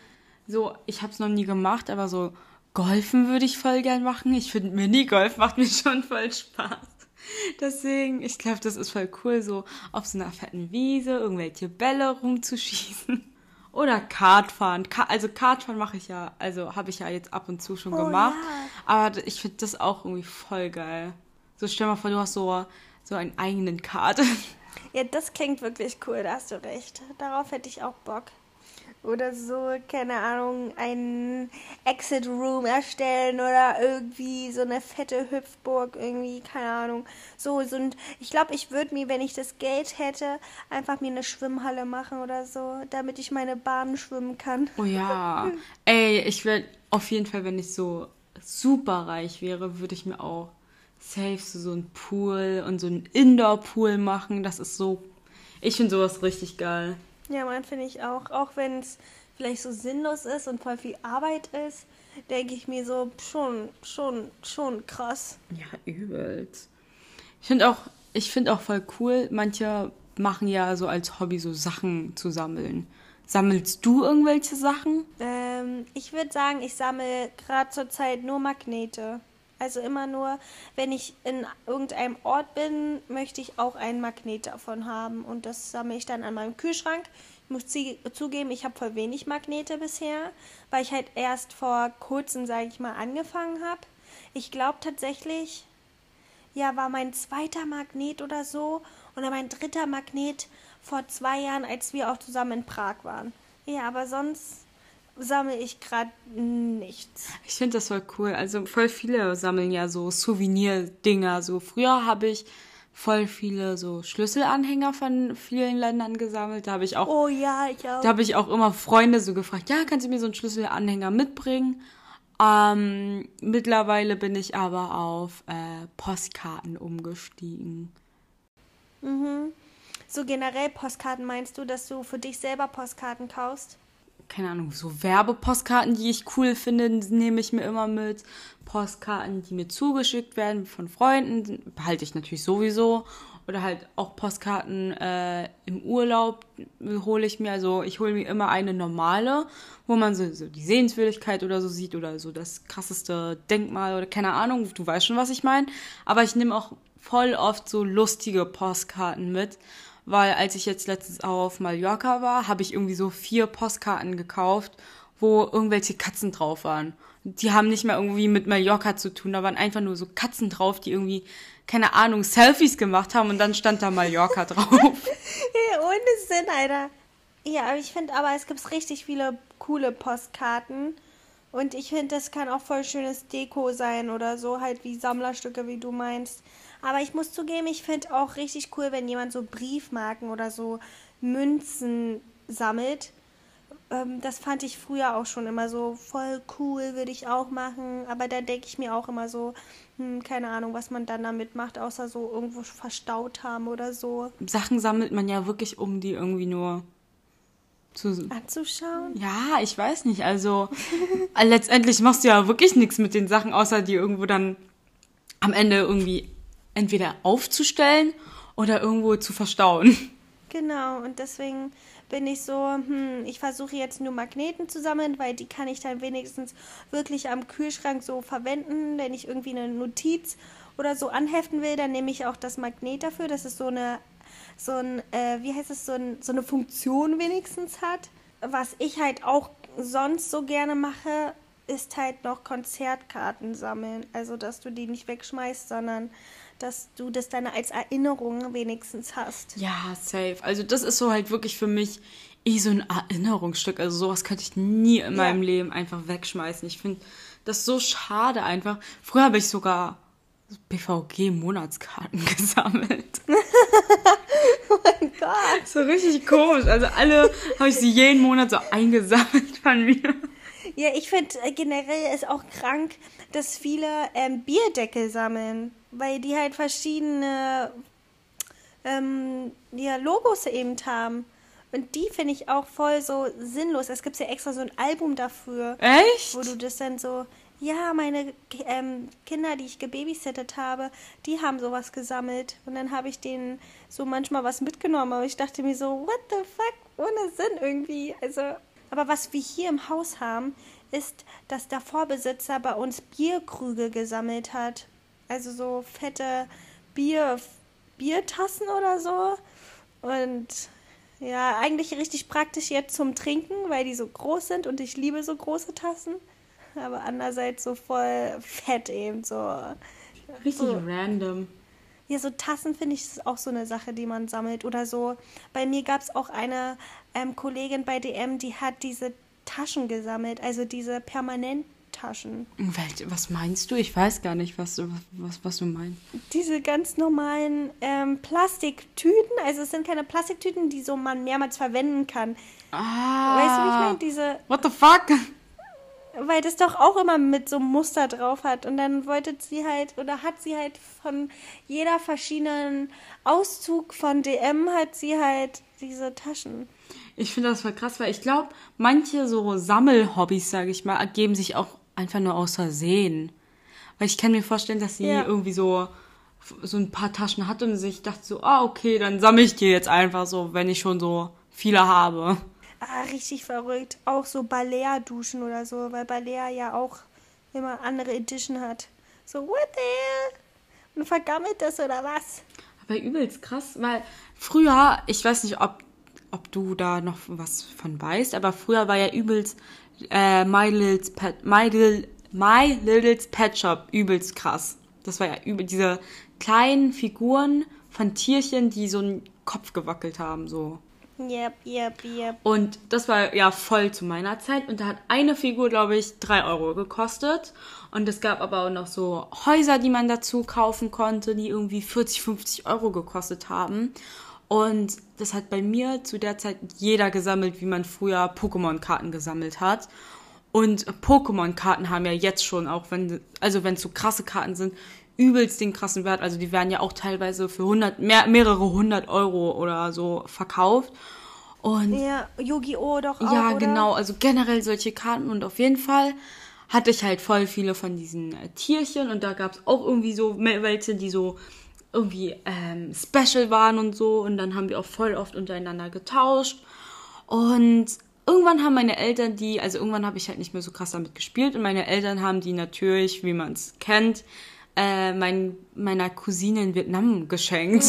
so, ich habe es noch nie gemacht, aber so Golfen würde ich voll gern machen. Ich finde Minigolf macht mir schon voll Spaß. Deswegen, ich glaube, das ist voll cool, so auf so einer fetten Wiese irgendwelche Bälle rumzuschießen. Oder Kartfahren. Also Kartfahren mache ich ja, also habe ich ja jetzt ab und zu schon gemacht. Ja. Aber ich finde das auch irgendwie voll geil. So stell mal vor, du hast so einen eigenen Kart. Ja, das klingt wirklich cool, da hast du recht. Darauf hätte ich auch Bock. Oder so, keine Ahnung, einen Exit Room erstellen oder irgendwie so eine fette Hüpfburg, irgendwie, keine Ahnung. Ich glaube, ich würde mir, wenn ich das Geld hätte, einfach mir eine Schwimmhalle machen oder so, damit ich meine Bahnen schwimmen kann. Oh ja. Ey, ich werde auf jeden Fall, wenn ich so super reich wäre, würde ich mir auch safe so einen Pool und so einen Indoor-Pool machen. Das ist so, ich finde sowas richtig geil. Ja, man, finde ich auch. Auch wenn es vielleicht so sinnlos ist und voll viel Arbeit ist, denke ich mir so, schon krass. Ja, übelst. Ich finde auch voll cool, manche machen ja so als Hobby so Sachen zu sammeln. Sammelst du irgendwelche Sachen? Ich würde sagen, ich sammle gerade zur Zeit nur Magnete. Also immer nur, wenn ich in irgendeinem Ort bin, möchte ich auch ein Magnet davon haben. Und das sammle ich dann an meinem Kühlschrank. Ich muss zugeben, ich habe voll wenig Magnete bisher, weil ich halt erst vor kurzem, sage ich mal, angefangen habe. Ich glaube tatsächlich, ja, war mein zweiter Magnet oder so. Oder mein dritter Magnet vor 2 Jahren, als wir auch zusammen in Prag waren. Ja, aber sonst sammle ich gerade nichts. Ich finde das voll cool. Also voll viele sammeln ja so Souvenir-Dinger. So früher habe ich voll viele so Schlüsselanhänger von vielen Ländern gesammelt. Da habe ich auch, Oh ja, ich auch. da habe ich auch immer Freunde so gefragt, ja, kannst du mir so einen Schlüsselanhänger mitbringen? Mittlerweile bin ich aber auf Postkarten umgestiegen. So generell Postkarten, meinst du, dass du für dich selber Postkarten kaufst? Keine Ahnung, so Werbepostkarten, die ich cool finde, nehme ich mir immer mit. Postkarten, die mir zugeschickt werden von Freunden, behalte ich natürlich sowieso. Oder halt auch Postkarten im Urlaub hole ich mir. Also ich hole mir immer eine normale, wo man so die Sehenswürdigkeit oder so sieht oder so das krasseste Denkmal oder keine Ahnung, du weißt schon, was ich meine. Aber ich nehme auch voll oft so lustige Postkarten mit. Weil als ich jetzt letztens auf Mallorca war, habe ich irgendwie so 4 Postkarten gekauft, wo irgendwelche Katzen drauf waren. Die haben nicht mehr irgendwie mit Mallorca zu tun, da waren einfach nur so Katzen drauf, die irgendwie, keine Ahnung, Selfies gemacht haben und dann stand da Mallorca drauf. Ja, ohne Sinn, Alter. Ja, aber ich finde aber, es gibt richtig viele coole Postkarten. Und ich finde, das kann auch voll schönes Deko sein oder so, halt wie Sammlerstücke, wie du meinst. Aber ich muss zugeben, ich finde auch richtig cool, wenn jemand so Briefmarken oder so Münzen sammelt. Das fand ich früher auch schon immer so voll cool, würde ich auch machen. Aber da denke ich mir auch immer so, keine Ahnung, was man dann damit macht, außer so irgendwo verstaut haben oder so. Sachen sammelt man ja wirklich, um die irgendwie nur zu... Anzuschauen? Ja, ich weiß nicht, also letztendlich machst du ja wirklich nichts mit den Sachen, außer die irgendwo dann am Ende irgendwie entweder aufzustellen oder irgendwo zu verstauen. Genau, und deswegen bin ich so, ich versuche jetzt nur Magneten zu sammeln, weil die kann ich dann wenigstens wirklich am Kühlschrank so verwenden. Wenn ich irgendwie eine Notiz oder so anheften will, dann nehme ich auch das Magnet dafür, dass es so eine Funktion wenigstens hat. Was ich halt auch sonst so gerne mache, ist halt noch Konzertkarten sammeln. Also, dass du die nicht wegschmeißt, sondern dass du das dann als Erinnerung wenigstens hast. Ja, safe. Also das ist so halt wirklich für mich so ein Erinnerungsstück. Also sowas könnte ich nie in meinem Leben einfach wegschmeißen. Ich finde das so schade einfach. Früher habe ich sogar BVG-Monatskarten gesammelt. Oh mein Gott. So richtig komisch. Also alle habe ich sie jeden Monat so eingesammelt von mir. Ja, ich finde generell ist auch krank, dass viele Bierdeckel sammeln, weil die halt verschiedene Logos eben haben. Und die finde ich auch voll so sinnlos. Es gibt ja extra so ein Album dafür. Echt? Wo du das dann so, ja, meine Kinder, die ich gebabysittet habe, die haben sowas gesammelt. Und dann habe ich denen so manchmal was mitgenommen. Aber ich dachte mir so, what the fuck? Ohne Sinn irgendwie. Also... Aber was wir hier im Haus haben, ist, dass der Vorbesitzer bei uns Bierkrüge gesammelt hat. Also so fette Biertassen oder so. Und ja, eigentlich richtig praktisch jetzt zum Trinken, weil die so groß sind und ich liebe so große Tassen. Aber andererseits so voll fett eben so. Richtig so. Random. Ja, so Tassen finde ich ist auch so eine Sache, die man sammelt. Oder so. Bei mir gab es auch eine Kollegin bei DM, die hat diese Taschen gesammelt, also diese Permanenttaschen. Was meinst du? Ich weiß gar nicht, was du meinst. Diese ganz normalen Plastiktüten, also es sind keine Plastiktüten, die so man mehrmals verwenden kann. Weißt du, wie ich meine? Diese. What the fuck? Weil das doch auch immer mit so einem Muster drauf hat. Und dann wollte sie halt, oder hat sie halt von jeder verschiedenen Auszug von DM hat sie halt diese Taschen. Ich finde das voll krass, weil ich glaube, manche so Sammelhobbys, sage ich mal, ergeben sich auch einfach nur aus Versehen. Weil ich kann mir vorstellen, dass sie irgendwie so ein paar Taschen hat und sich dachte so, okay, dann sammle ich die jetzt einfach so, wenn ich schon so viele habe. Richtig verrückt. Auch so Balea-Duschen oder so, weil Balea ja auch immer andere Edition hat. So, what the hell? Und vergammelt das oder was? Aber übelst krass, weil früher, ich weiß nicht, ob du da noch was von weißt, aber früher war ja übelst My Little's Pet Shop übelst krass. Das war ja diese kleinen Figuren von Tierchen, die so einen Kopf gewackelt haben, so. Yep. Und das war ja voll zu meiner Zeit. Und da hat eine Figur, glaube ich, 3 Euro gekostet. Und es gab aber auch noch so Häuser, die man dazu kaufen konnte, die irgendwie 40, 50 Euro gekostet haben. Und das hat bei mir zu der Zeit jeder gesammelt, wie man früher Pokémon-Karten gesammelt hat. Und Pokémon-Karten haben ja jetzt schon, auch wenn es so krasse Karten sind, übelst den krassen Wert. Also die werden ja auch teilweise für mehrere 100 Euro oder so verkauft. Und ja, Yu-Gi-Oh! Doch auch, ja, oder? genau. Also generell solche Karten. Und auf jeden Fall hatte ich halt voll viele von diesen Tierchen. Und da gab es auch irgendwie so welche, die so irgendwie special waren und so. Und dann haben wir auch voll oft untereinander getauscht. Und irgendwann haben meine Eltern irgendwann habe ich halt nicht mehr so krass damit gespielt. Und meine Eltern haben die natürlich, wie man es kennt, meiner Cousine in Vietnam geschenkt.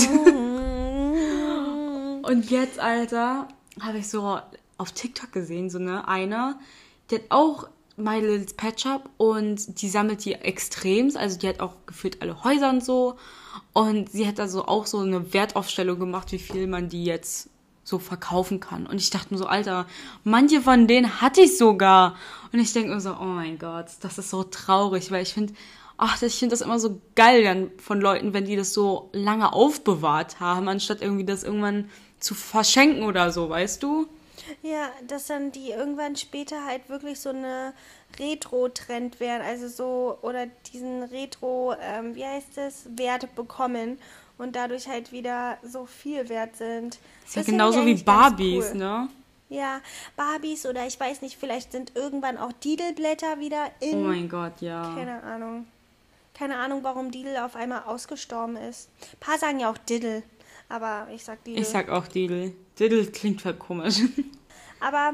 Und jetzt, Alter, habe ich so auf TikTok gesehen, so eine, die hat auch My Little's Pet Shop und die sammelt die extremst, also die hat auch gefühlt alle Häuser und so. Und sie hat da so auch so eine Wertaufstellung gemacht, wie viel man die jetzt so verkaufen kann. Und ich dachte mir so, Alter, manche von denen hatte ich sogar. Und ich denke mir so, oh mein Gott, das ist so traurig, weil ich finde das immer so geil dann von Leuten, wenn die das so lange aufbewahrt haben, anstatt irgendwie das irgendwann zu verschenken oder so, weißt du? Ja, dass dann die irgendwann später halt wirklich so eine Retro-Trend werden, also so, oder diesen Retro, Wert bekommen und dadurch halt wieder so viel wert sind. Das ist ja genauso wie Barbies, cool. Ne? Ja, Barbies oder ich weiß nicht, vielleicht sind irgendwann auch Didelblätter wieder in. Oh mein Gott, ja. Keine Ahnung, warum Didel auf einmal ausgestorben ist. Ein paar sagen ja auch Diddle, aber ich sag Didel. Ich sag auch Didel. Didel klingt voll komisch. Aber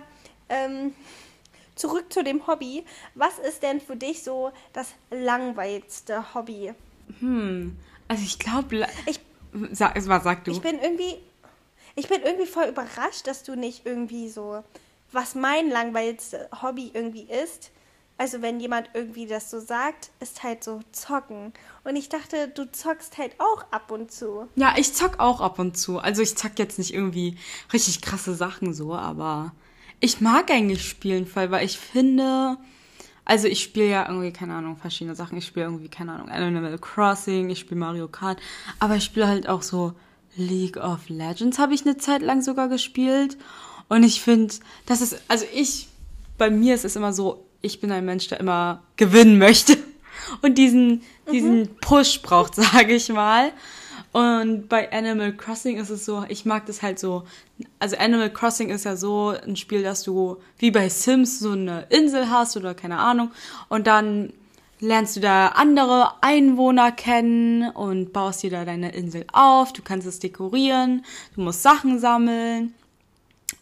zurück zu dem Hobby. Was ist denn für dich so das langweiligste Hobby? Also ich glaube... Sag du. Ich bin irgendwie voll überrascht, dass du nicht irgendwie so... Was mein langweiligste Hobby irgendwie ist... Also wenn jemand irgendwie das so sagt, ist halt so zocken. Und ich dachte, du zockst halt auch ab und zu. Ja, ich zock auch ab und zu. Also ich zock jetzt nicht irgendwie richtig krasse Sachen so, aber ich mag eigentlich spielen voll, weil ich finde... Also ich spiele ja irgendwie, keine Ahnung, verschiedene Sachen. Ich spiele irgendwie, keine Ahnung, Animal Crossing, ich spiele Mario Kart. Aber ich spiele halt auch so League of Legends habe ich eine Zeit lang sogar gespielt. Und ich finde, das ist... Also bei mir ist es immer so... Ich bin ein Mensch, der immer gewinnen möchte und diesen Push braucht, sage ich mal. Und bei Animal Crossing ist es so, ich mag das halt so, also Animal Crossing ist ja so ein Spiel, dass du wie bei Sims so eine Insel hast oder keine Ahnung und dann lernst du da andere Einwohner kennen und baust dir da deine Insel auf, du kannst es dekorieren, du musst Sachen sammeln.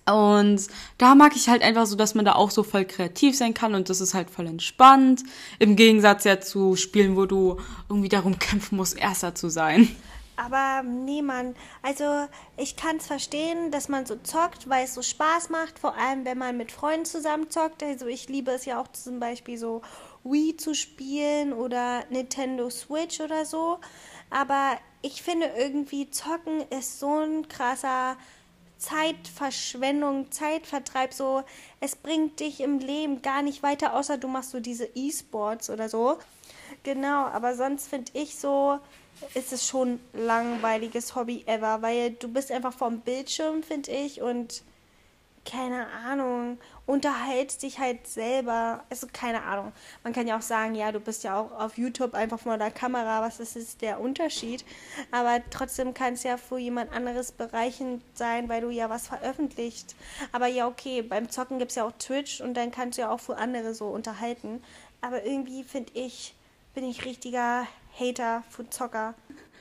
Und da mag ich halt einfach so, dass man da auch so voll kreativ sein kann und das ist halt voll entspannt. Im Gegensatz ja zu Spielen, wo du irgendwie darum kämpfen musst, Erster zu sein. Aber nee, Mann. Also ich kann es verstehen, dass man so zockt, weil es so Spaß macht, vor allem wenn man mit Freunden zusammen zockt. Also ich liebe es ja auch zum Beispiel so Wii zu spielen oder Nintendo Switch oder so. Aber ich finde irgendwie Zocken ist so ein krasser Zeitverschwendung, Zeitvertreib, so, es bringt dich im Leben gar nicht weiter, außer du machst so diese E-Sports oder so. Genau, aber sonst finde ich so, ist es schon langweiliges Hobby ever, weil du bist einfach vorm Bildschirm, finde ich, und keine Ahnung, unterhältst dich halt selber. Also keine Ahnung. Man kann ja auch sagen, ja, du bist ja auch auf YouTube einfach vor der Kamera, was ist der Unterschied? Aber trotzdem kann es ja für jemand anderes bereichend sein, weil du ja was veröffentlicht. Aber ja, okay, beim Zocken gibt es ja auch Twitch und dann kannst du ja auch für andere so unterhalten. Aber irgendwie finde ich, bin ich richtiger Hater für Zocker.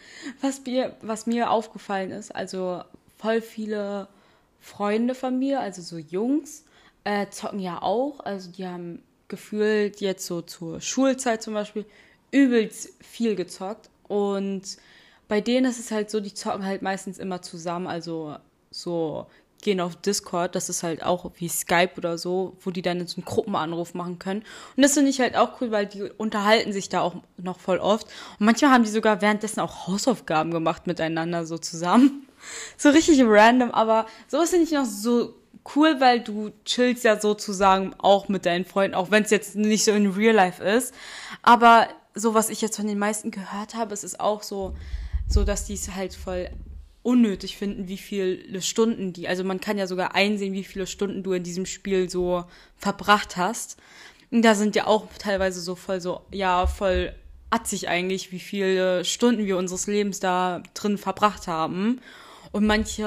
Was mir aufgefallen ist, also voll viele Freunde von mir, also so Jungs, zocken ja auch. Also die haben gefühlt jetzt so zur Schulzeit zum Beispiel übelst viel gezockt. Und bei denen ist es halt so, die zocken halt meistens immer zusammen. Also so gehen auf Discord, das ist halt auch wie Skype oder so, wo die dann so einen Gruppenanruf machen können. Und das finde ich halt auch cool, weil die unterhalten sich da auch noch voll oft. Und manchmal haben die sogar währenddessen auch Hausaufgaben gemacht miteinander so zusammen. So richtig random, aber sowas finde ich noch so cool, weil du chillst ja sozusagen auch mit deinen Freunden, auch wenn es jetzt nicht so in Real Life ist. Aber so, was ich jetzt von den meisten gehört habe, es ist auch so, dass die es halt voll unnötig finden, wie viele Stunden also man kann ja sogar einsehen, wie viele Stunden du in diesem Spiel so verbracht hast. Und da sind ja auch teilweise voll atzig eigentlich, wie viele Stunden wir unseres Lebens da drin verbracht haben. Und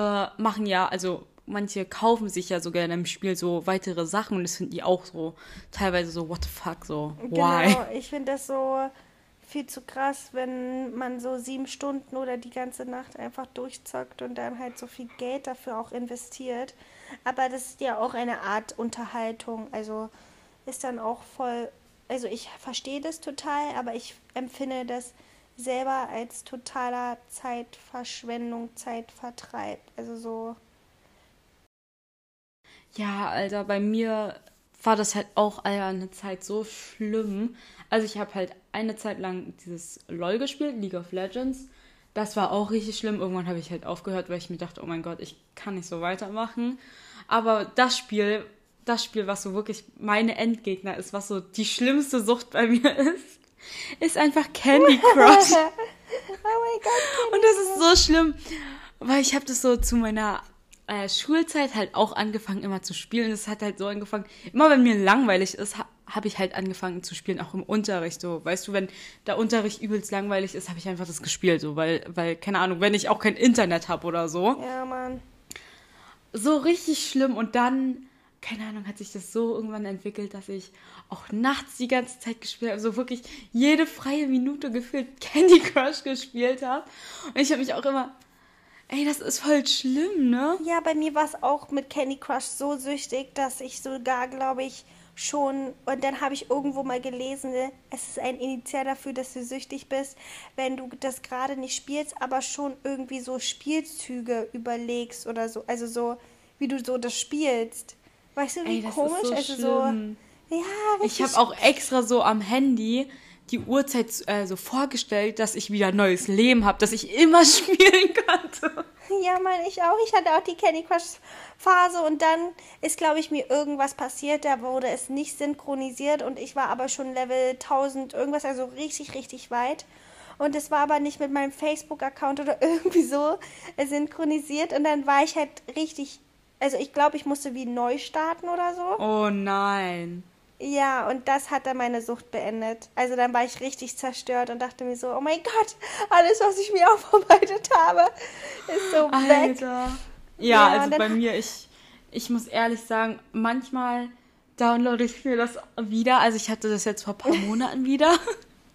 manche kaufen sich ja sogar in einem Spiel so weitere Sachen und das finden die auch so teilweise so, what the fuck, so, why? Genau, ich finde das so viel zu krass, wenn man so 7 Stunden oder die ganze Nacht einfach durchzockt und dann halt so viel Geld dafür auch investiert. Aber das ist ja auch eine Art Unterhaltung, also ist dann auch voll, also ich verstehe das total, aber ich empfinde das selber als totaler Zeitverschwendung, Zeitvertreib. Also so. Ja, Alter, bei mir war das halt auch, Alter, eine Zeit so schlimm. Also ich habe halt eine Zeit lang dieses LOL gespielt, League of Legends. Das war auch richtig schlimm. Irgendwann habe ich halt aufgehört, weil ich mir dachte, oh mein Gott, ich kann nicht so weitermachen. Aber was so wirklich meine Endgegner ist, was so die schlimmste Sucht bei mir ist einfach Candy Crush. Oh mein Gott, Und das ist so schlimm, weil ich habe das so zu meiner Schulzeit halt auch angefangen immer zu spielen. Es hat halt so angefangen, immer wenn mir langweilig ist, habe ich halt angefangen zu spielen, auch im Unterricht. So, weißt du, wenn der Unterricht übelst langweilig ist, habe ich einfach das gespielt, so, weil, keine Ahnung, wenn ich auch kein Internet habe oder so. ja, Mann. So richtig schlimm und dann, keine Ahnung, hat sich das so irgendwann entwickelt, dass ich auch nachts die ganze Zeit gespielt habe, so wirklich jede freie Minute gefühlt Candy Crush gespielt habe. Und ich habe mich auch immer, ey, das ist voll schlimm, ne? Ja, bei mir war es auch mit Candy Crush so süchtig, dass ich sogar, glaube ich, schon, und dann habe ich irgendwo mal gelesen, ne, es ist ein Initial dafür, dass du süchtig bist, wenn du das gerade nicht spielst, aber schon irgendwie so Spielzüge überlegst oder so, also so, wie du so das spielst. Weißt du, wie Ey, das komisch? ist so Also schlimm. so, ja, Ich richtig. habe auch extra so am Handy die Uhrzeit so vorgestellt, dass ich wieder neues Leben habe, dass ich immer spielen konnte. Ja, Mann, ich auch. Ich hatte auch die Candy Crush Phase und dann ist, glaube ich, mir irgendwas passiert. Da wurde es nicht synchronisiert und ich war aber schon Level 1000 irgendwas, also richtig, richtig weit. Und es war aber nicht mit meinem Facebook-Account oder irgendwie so synchronisiert und dann war ich halt richtig, also ich glaube, ich musste wie neu starten oder so. Oh nein. Ja, und das hat dann meine Sucht beendet. Also dann war ich richtig zerstört und dachte mir so, oh mein Gott, alles, was ich mir aufarbeitet habe, ist so weg. Alter. Ja, Ja, also und dann bei mir, ich muss ehrlich sagen, manchmal downloade ich mir das wieder. Also ich hatte das jetzt vor ein paar Monaten wieder.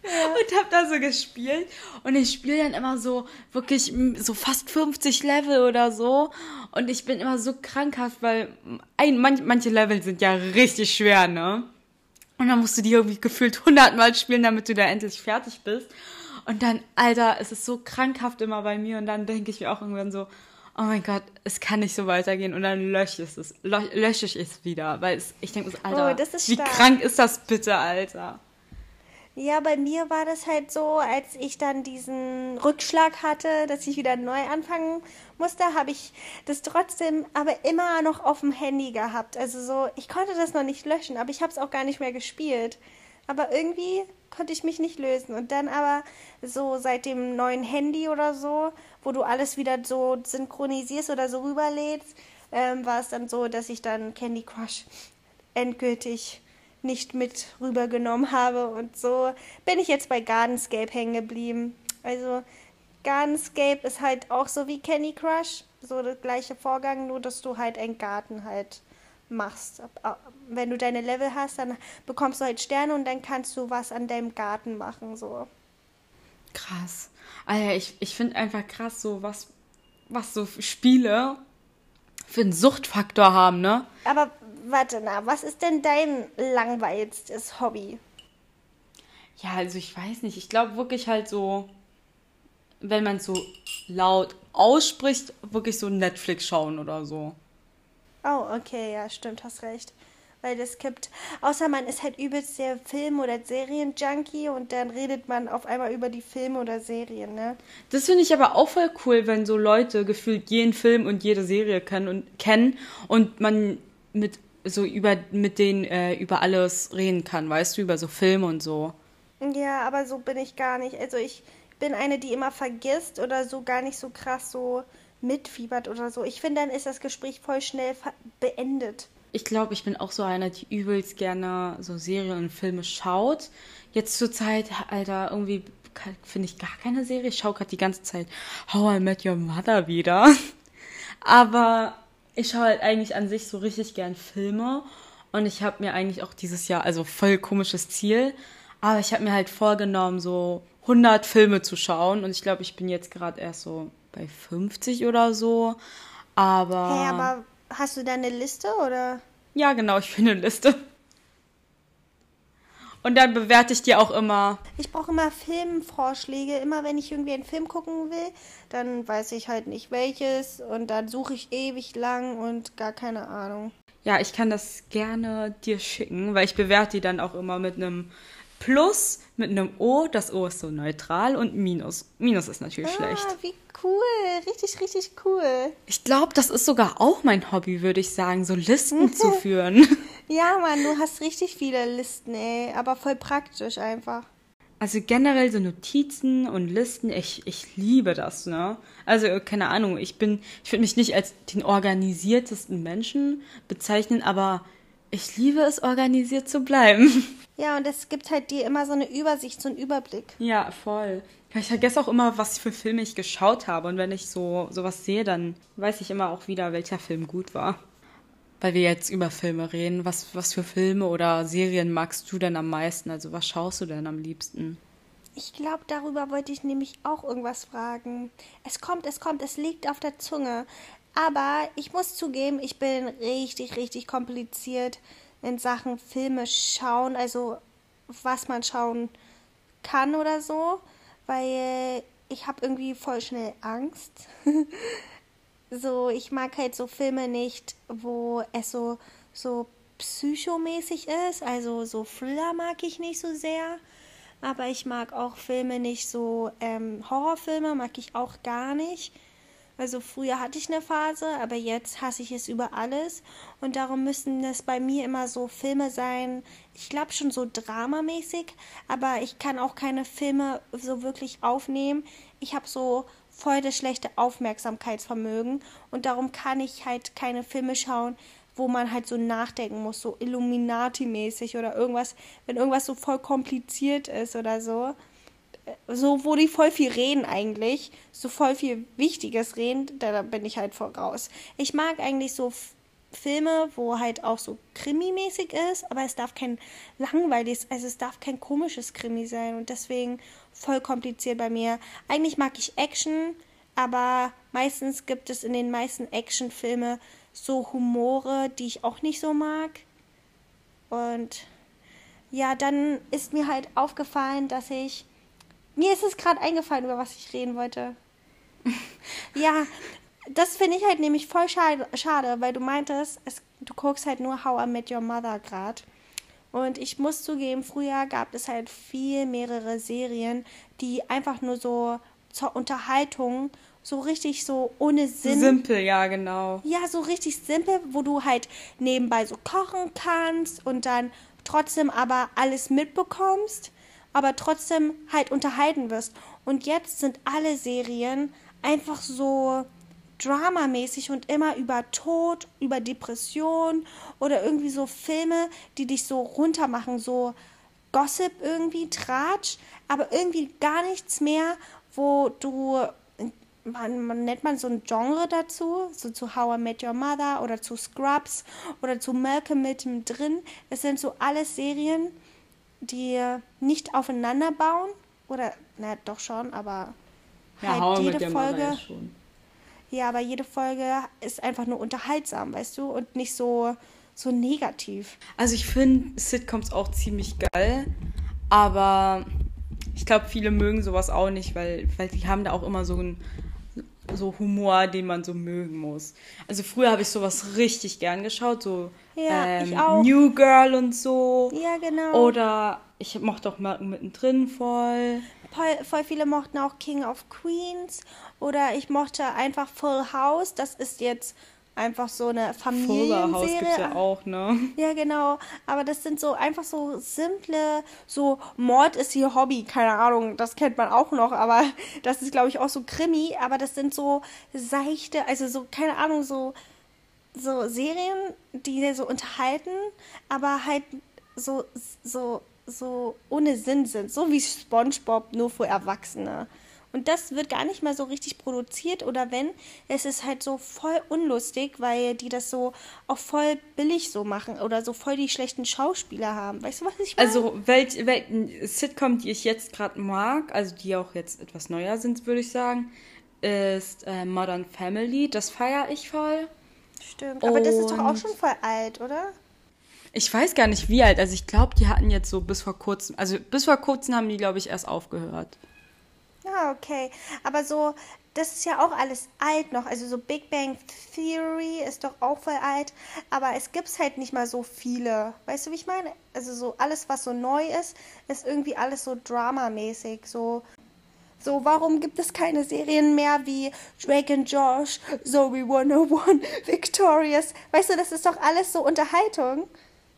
und habe da so gespielt und ich spiele dann immer so wirklich so fast 50 Level oder so und ich bin immer so krankhaft, weil manche Level sind ja richtig schwer, ne? Und dann musst du die irgendwie gefühlt 100-mal spielen, damit du da endlich fertig bist. Und dann, Alter, es ist so krankhaft immer bei mir und dann denke ich mir auch irgendwann so, oh mein Gott, es kann nicht so weitergehen und dann lösche ich es wieder, weil ich denke, Alter, das ist wie stark. krank ist das bitte, Alter? Ja, bei mir war das halt so, als ich dann diesen Rückschlag hatte, dass ich wieder neu anfangen musste, habe ich das trotzdem aber immer noch auf dem Handy gehabt. Also so, ich konnte das noch nicht löschen, aber ich habe es auch gar nicht mehr gespielt. Aber irgendwie konnte ich mich nicht lösen. Und dann aber so seit dem neuen Handy oder so, wo du alles wieder so synchronisierst oder so rüberlädst, war es dann so, dass ich dann Candy Crush endgültig nicht mit rübergenommen habe. Und so bin ich jetzt bei Gardenscape hängen geblieben. Also Gardenscape ist halt auch so wie Candy Crush. So der gleiche Vorgang, nur dass du halt einen Garten halt machst. Wenn du deine Level hast, dann bekommst du halt Sterne und dann kannst du was an deinem Garten machen. So. Krass. Alter, ich finde einfach krass, so was so Spiele für einen Suchtfaktor haben, ne? Aber warte, was ist denn dein langweiligstes Hobby? Ja, also ich weiß nicht. Ich glaube wirklich halt so, wenn man es so laut ausspricht, wirklich so Netflix schauen oder so. Oh, okay, ja, stimmt, hast recht. Weil das gibt, außer man ist halt übelst der Film- oder Serien-Junkie und dann redet man auf einmal über die Filme oder Serien, ne? Das finde ich aber auch voll cool, wenn so Leute gefühlt jeden Film und jede Serie kennen und man mit denen über alles reden kann, weißt du, über so Filme und so. Ja, aber so bin ich gar nicht. Also ich bin eine, die immer vergisst oder so gar nicht so krass so mitfiebert oder so. Ich finde, dann ist das Gespräch voll schnell beendet. Ich glaube, ich bin auch so einer, die übelst gerne so Serien und Filme schaut. Jetzt zur Zeit, Alter, irgendwie finde ich gar keine Serie. Ich schaue gerade die ganze Zeit How I Met Your Mother wieder. Aber ich schaue halt eigentlich an sich so richtig gern Filme. Und ich habe mir eigentlich auch dieses Jahr, also voll komisches Ziel, aber ich habe mir halt vorgenommen, so 100 Filme zu schauen. Und ich glaube, ich bin jetzt gerade erst so bei 50 oder so. Hey, aber hast du da eine Liste oder? Ja, genau, ich finde eine Liste. Und dann bewerte ich die auch immer. Ich brauche immer Filmvorschläge. Immer wenn ich irgendwie einen Film gucken will, dann weiß ich halt nicht welches. Und dann suche ich ewig lang und gar keine Ahnung. Ja, ich kann das gerne dir schicken, weil ich bewerte die dann auch immer mit einem Plus, mit einem O. Das O ist so neutral und Minus. Minus ist natürlich schlecht. Wie cool. Richtig, richtig cool. Ich glaube, das ist sogar auch mein Hobby, würde ich sagen, so Listen zu führen. Ja, Mann, du hast richtig viele Listen, ey. Aber voll praktisch einfach. Also generell so Notizen und Listen, ich liebe das, ne? Also, keine Ahnung, ich würde mich nicht als den organisiertesten Menschen bezeichnen, aber ich liebe es, organisiert zu bleiben. Ja, und es gibt halt dir immer so eine Übersicht, so einen Überblick. Ja, voll. Ich vergesse auch immer, was für Filme ich geschaut habe. Und wenn ich sowas sehe, dann weiß ich immer auch wieder, welcher Film gut war. Weil wir jetzt über Filme reden. Was für Filme oder Serien magst du denn am meisten? Also was schaust du denn am liebsten? Ich glaube, darüber wollte ich nämlich auch irgendwas fragen. Es kommt, es liegt auf der Zunge. Aber ich muss zugeben, ich bin richtig, richtig kompliziert in Sachen Filme schauen. Also was man schauen kann oder so. Weil ich habe irgendwie voll schnell Angst. So, ich mag halt so Filme nicht, wo es so psychomäßig ist. Also so Thriller mag ich nicht so sehr. Aber ich mag auch Filme nicht so, Horrorfilme mag ich auch gar nicht. Also früher hatte ich eine Phase, aber jetzt hasse ich es über alles. Und darum müssen das bei mir immer so Filme sein, ich glaube schon so dramamäßig, aber ich kann auch keine Filme so wirklich aufnehmen. Ich habe so voll das schlechte Aufmerksamkeitsvermögen und darum kann ich halt keine Filme schauen, wo man halt so nachdenken muss, so Illuminati-mäßig oder irgendwas, wenn irgendwas so voll kompliziert ist oder so. So, wo die voll viel reden eigentlich, so voll viel Wichtiges reden, da bin ich halt voll raus. Ich mag eigentlich so Filme, wo halt auch so Krimi-mäßig ist, aber es darf kein langweiliges, also es darf kein komisches Krimi sein und deswegen voll kompliziert bei mir. Eigentlich mag ich Action, aber meistens gibt es in den meisten Actionfilme so Humore, die ich auch nicht so mag. Und ja, dann ist mir halt aufgefallen, mir ist es gerade eingefallen, über was ich reden wollte. Ja, das finde ich halt nämlich voll schade, weil du meintest, du guckst halt nur How I Met Your Mother gerade. Und ich muss zugeben, früher gab es halt mehrere Serien, die einfach nur so zur Unterhaltung, so richtig so ohne Sinn. Simpel, ja, genau. Ja, so richtig simpel, wo du halt nebenbei so kochen kannst und dann trotzdem aber alles mitbekommst, aber trotzdem halt unterhalten wirst. Und jetzt sind alle Serien einfach so dramamäßig und immer über Tod, über Depression oder irgendwie so Filme, die dich so runtermachen, so Gossip irgendwie, Tratsch, aber irgendwie gar nichts mehr, wo du, man nennt man so ein Genre dazu, so zu How I Met Your Mother oder zu Scrubs oder zu Malcolm mittendrin. Es sind so alles Serien, die nicht aufeinander bauen oder, na doch schon, aber ja, halt jede Folge. Ja, schon. Ja, aber jede Folge ist einfach nur unterhaltsam, weißt du, und nicht so negativ. Also ich finde Sitcoms auch ziemlich geil, aber ich glaube, viele mögen sowas auch nicht, weil die haben da auch immer so Humor, den man so mögen muss. Also früher habe ich sowas richtig gern geschaut, so ja, ich auch. New Girl und so. Ja, genau. Oder ich mochte auch Malcolm mittendrin voll. Voll viele mochten auch King of Queens oder ich mochte einfach Full House. Das ist jetzt einfach so eine Familienserie. Full House gibt's ja auch, ne? Ja, genau. Aber das sind so einfach so simple, so Mord ist ihr Hobby, keine Ahnung, das kennt man auch noch, aber das ist, glaube ich, auch so Krimi, aber das sind so seichte, also so, keine Ahnung, so Serien, die so unterhalten, aber halt so ohne Sinn sind, so wie SpongeBob, nur für Erwachsene. Und das wird gar nicht mal so richtig produziert oder wenn, es ist halt so voll unlustig, weil die das so auch voll billig so machen oder so voll die schlechten Schauspieler haben. Weißt du, was ich meine? Also, welchen Sitcom, die ich jetzt gerade mag, also die auch jetzt etwas neuer sind, würde ich sagen, ist Modern Family. Das feiere ich voll. Stimmt, aber das ist doch auch schon voll alt, oder? Ich weiß gar nicht, wie alt. Also ich glaube, die hatten jetzt so bis vor kurzem haben die, glaube ich, erst aufgehört. Ja, okay. Aber so, das ist ja auch alles alt noch. Also so Big Bang Theory ist doch auch voll alt. Aber es gibt halt nicht mal so viele. Weißt du, wie ich meine? Also so alles, was so neu ist irgendwie alles so dramamäßig. So, warum gibt es keine Serien mehr wie Drake and Josh, Zoe 101, Victorious? Weißt du, das ist doch alles so Unterhaltung,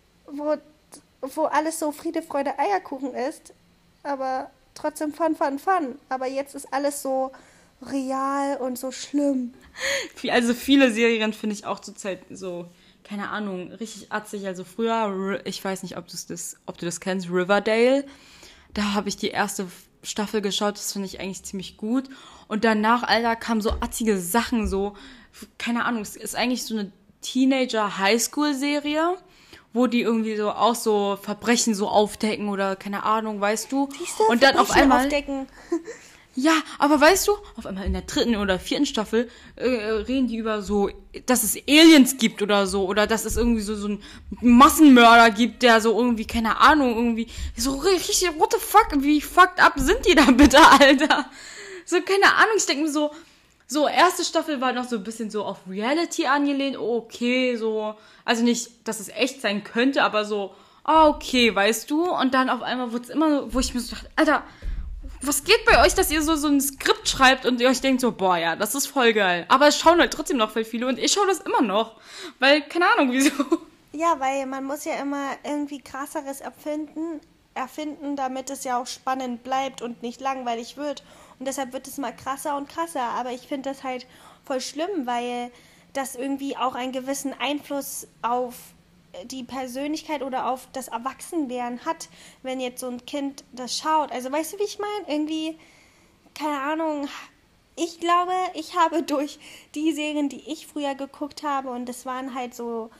wo alles so Friede, Freude, Eierkuchen ist. Aber trotzdem Fun. Aber jetzt ist alles so real und so schlimm. Also viele Serien finde ich auch zurzeit so, keine Ahnung, richtig atzig. Also früher, ich weiß nicht, ob du das kennst, Riverdale. Da habe ich die erste Staffel geschaut, das finde ich eigentlich ziemlich gut. Und danach, Alter, kamen so atzige Sachen, so, keine Ahnung, es ist eigentlich so eine Teenager-Highschool-Serie, wo die irgendwie so auch so Verbrechen so aufdecken oder keine Ahnung, weißt du? Siehste, und dann auf einmal aufdecken. Ja, aber weißt du, auf einmal in der 3. oder 4. Staffel reden die über so, dass es Aliens gibt oder so, oder dass es irgendwie so einen Massenmörder gibt, der so irgendwie, keine Ahnung, irgendwie so richtig, what the fuck, wie fucked up sind die da bitte, Alter? So, keine Ahnung, ich denke mir so, erste Staffel war noch so ein bisschen so auf Reality angelehnt, okay, so, also nicht, dass es echt sein könnte, aber so, okay, weißt du, und dann auf einmal wurde es immer, wo ich mir so dachte, Alter, was geht bei euch, dass ihr so ein Skript schreibt und ihr euch denkt so, boah, ja, das ist voll geil. Aber es schauen halt trotzdem noch voll viele und ich schaue das immer noch, weil, keine Ahnung, wieso. Ja, weil man muss ja immer irgendwie krasseres erfinden, damit es ja auch spannend bleibt und nicht langweilig wird. Und deshalb wird es mal krasser und krasser. Aber ich finde das halt voll schlimm, weil das irgendwie auch einen gewissen Einfluss auf die Persönlichkeit oder auf das Erwachsenwerden hat, wenn jetzt so ein Kind das schaut. Also weißt du, wie ich meine? Irgendwie, keine Ahnung, Ich glaube, ich habe durch die Serien, die ich früher geguckt habe, und das waren halt so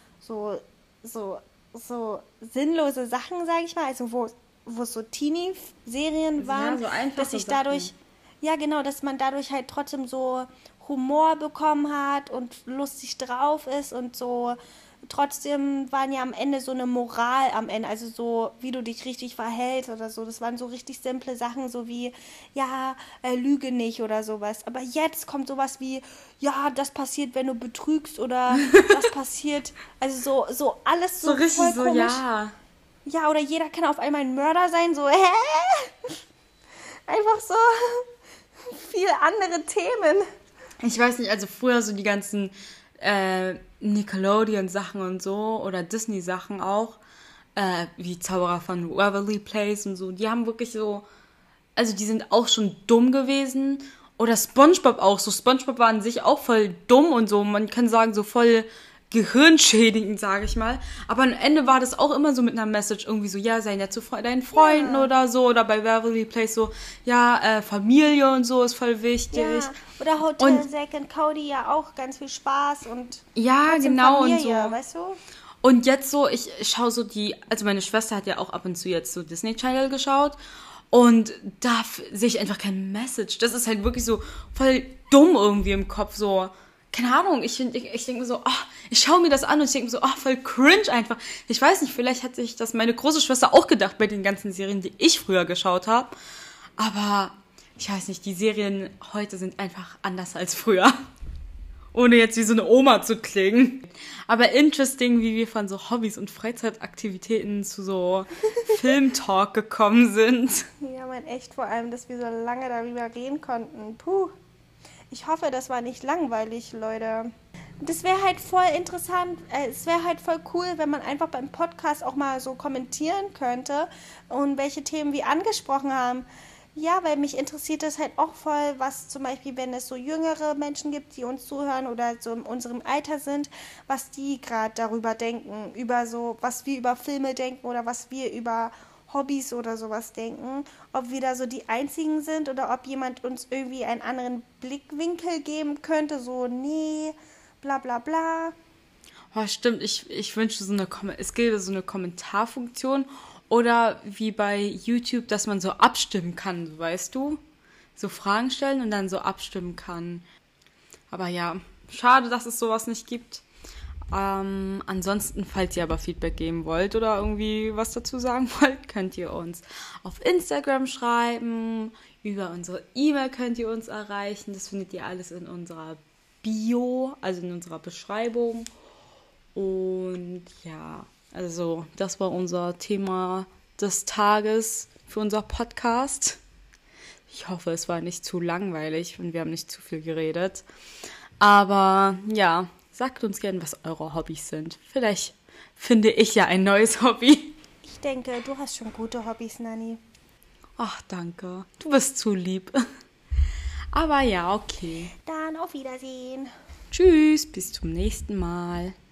sinnlose Sachen, sage ich mal, also wo es so Teenie-Serien waren, so einfache dass ich dadurch, Sachen. ja genau, dass man dadurch halt trotzdem so Humor bekommen hat und lustig drauf ist und so. Trotzdem waren ja am Ende so eine Moral am Ende, also so, wie du dich richtig verhältst oder so. Das waren so richtig simple Sachen, so wie, ja, lüge nicht oder sowas. Aber jetzt kommt sowas wie, ja, das passiert, wenn du betrügst oder das passiert, also so alles So so richtig voll so, komisch. ja. Ja, oder jeder kann auf einmal ein Mörder sein, so, hä? Einfach so viele andere Themen. Ich weiß nicht, also früher so die ganzen Nickelodeon-Sachen und so oder Disney-Sachen auch, wie Zauberer von Waverly Place und so, die haben wirklich so, also die sind auch schon dumm gewesen. Oder SpongeBob auch, so SpongeBob war an sich auch voll dumm und so, man kann sagen, so voll gehirnschädigend, sage ich mal. Aber am Ende war das auch immer so mit einer Message irgendwie so, ja, sei nett zu deinen Freunden oder so. Oder bei Waverly Place so, ja, Familie und so ist voll wichtig. Ja, oder Hotel Zack und Cody ja auch ganz viel Spaß und ja, trotzdem genau Familie, und so. weißt du? Und jetzt so, ich schaue so also meine Schwester hat ja auch ab und zu jetzt so Disney Channel geschaut. Und da sehe ich einfach kein Message. Das ist halt wirklich so voll dumm irgendwie im Kopf, so. Keine Ahnung, ich denke mir so, oh, ich schaue mir das an und ich denke mir so, oh, voll cringe einfach. Ich weiß nicht, vielleicht hat sich das meine große Schwester auch gedacht bei den ganzen Serien, die ich früher geschaut habe. Aber ich weiß nicht, die Serien heute sind einfach anders als früher. Ohne jetzt wie so eine Oma zu klingen. Aber interesting, wie wir von so Hobbys und Freizeitaktivitäten zu so Filmtalk gekommen sind. Ja, man, echt vor allem, dass wir so lange darüber reden konnten. Puh. Ich hoffe, das war nicht langweilig, Leute. Das wäre halt voll interessant, es wäre halt voll cool, wenn man einfach beim Podcast auch mal so kommentieren könnte und welche Themen wir angesprochen haben. Ja, weil mich interessiert das halt auch voll, was zum Beispiel, wenn es so jüngere Menschen gibt, die uns zuhören oder so in unserem Alter sind, was die gerade darüber denken, über so, was wir über Filme denken oder was wir über Hobbys oder sowas denken, ob wir da so die Einzigen sind oder ob jemand uns irgendwie einen anderen Blickwinkel geben könnte, so, nee, bla bla bla. Oh, stimmt, ich wünschte es gäbe so eine Kommentarfunktion oder wie bei YouTube, dass man so abstimmen kann, weißt du? So Fragen stellen und dann so abstimmen kann. Aber ja, schade, dass es sowas nicht gibt. Ansonsten, falls ihr aber Feedback geben wollt oder irgendwie was dazu sagen wollt, könnt ihr uns auf Instagram schreiben. Über unsere E-Mail könnt ihr uns erreichen. Das findet ihr alles in unserer Bio, also in unserer Beschreibung. Und ja, also das war unser Thema des Tages für unser Podcast. Ich hoffe, es war nicht zu langweilig und wir haben nicht zu viel geredet. Aber ja, sagt uns gerne, was eure Hobbys sind. Vielleicht finde ich ja ein neues Hobby. Ich denke, du hast schon gute Hobbys, Nanni. Ach, danke. Du bist zu lieb. Aber ja, okay. Dann auf Wiedersehen. Tschüss, bis zum nächsten Mal.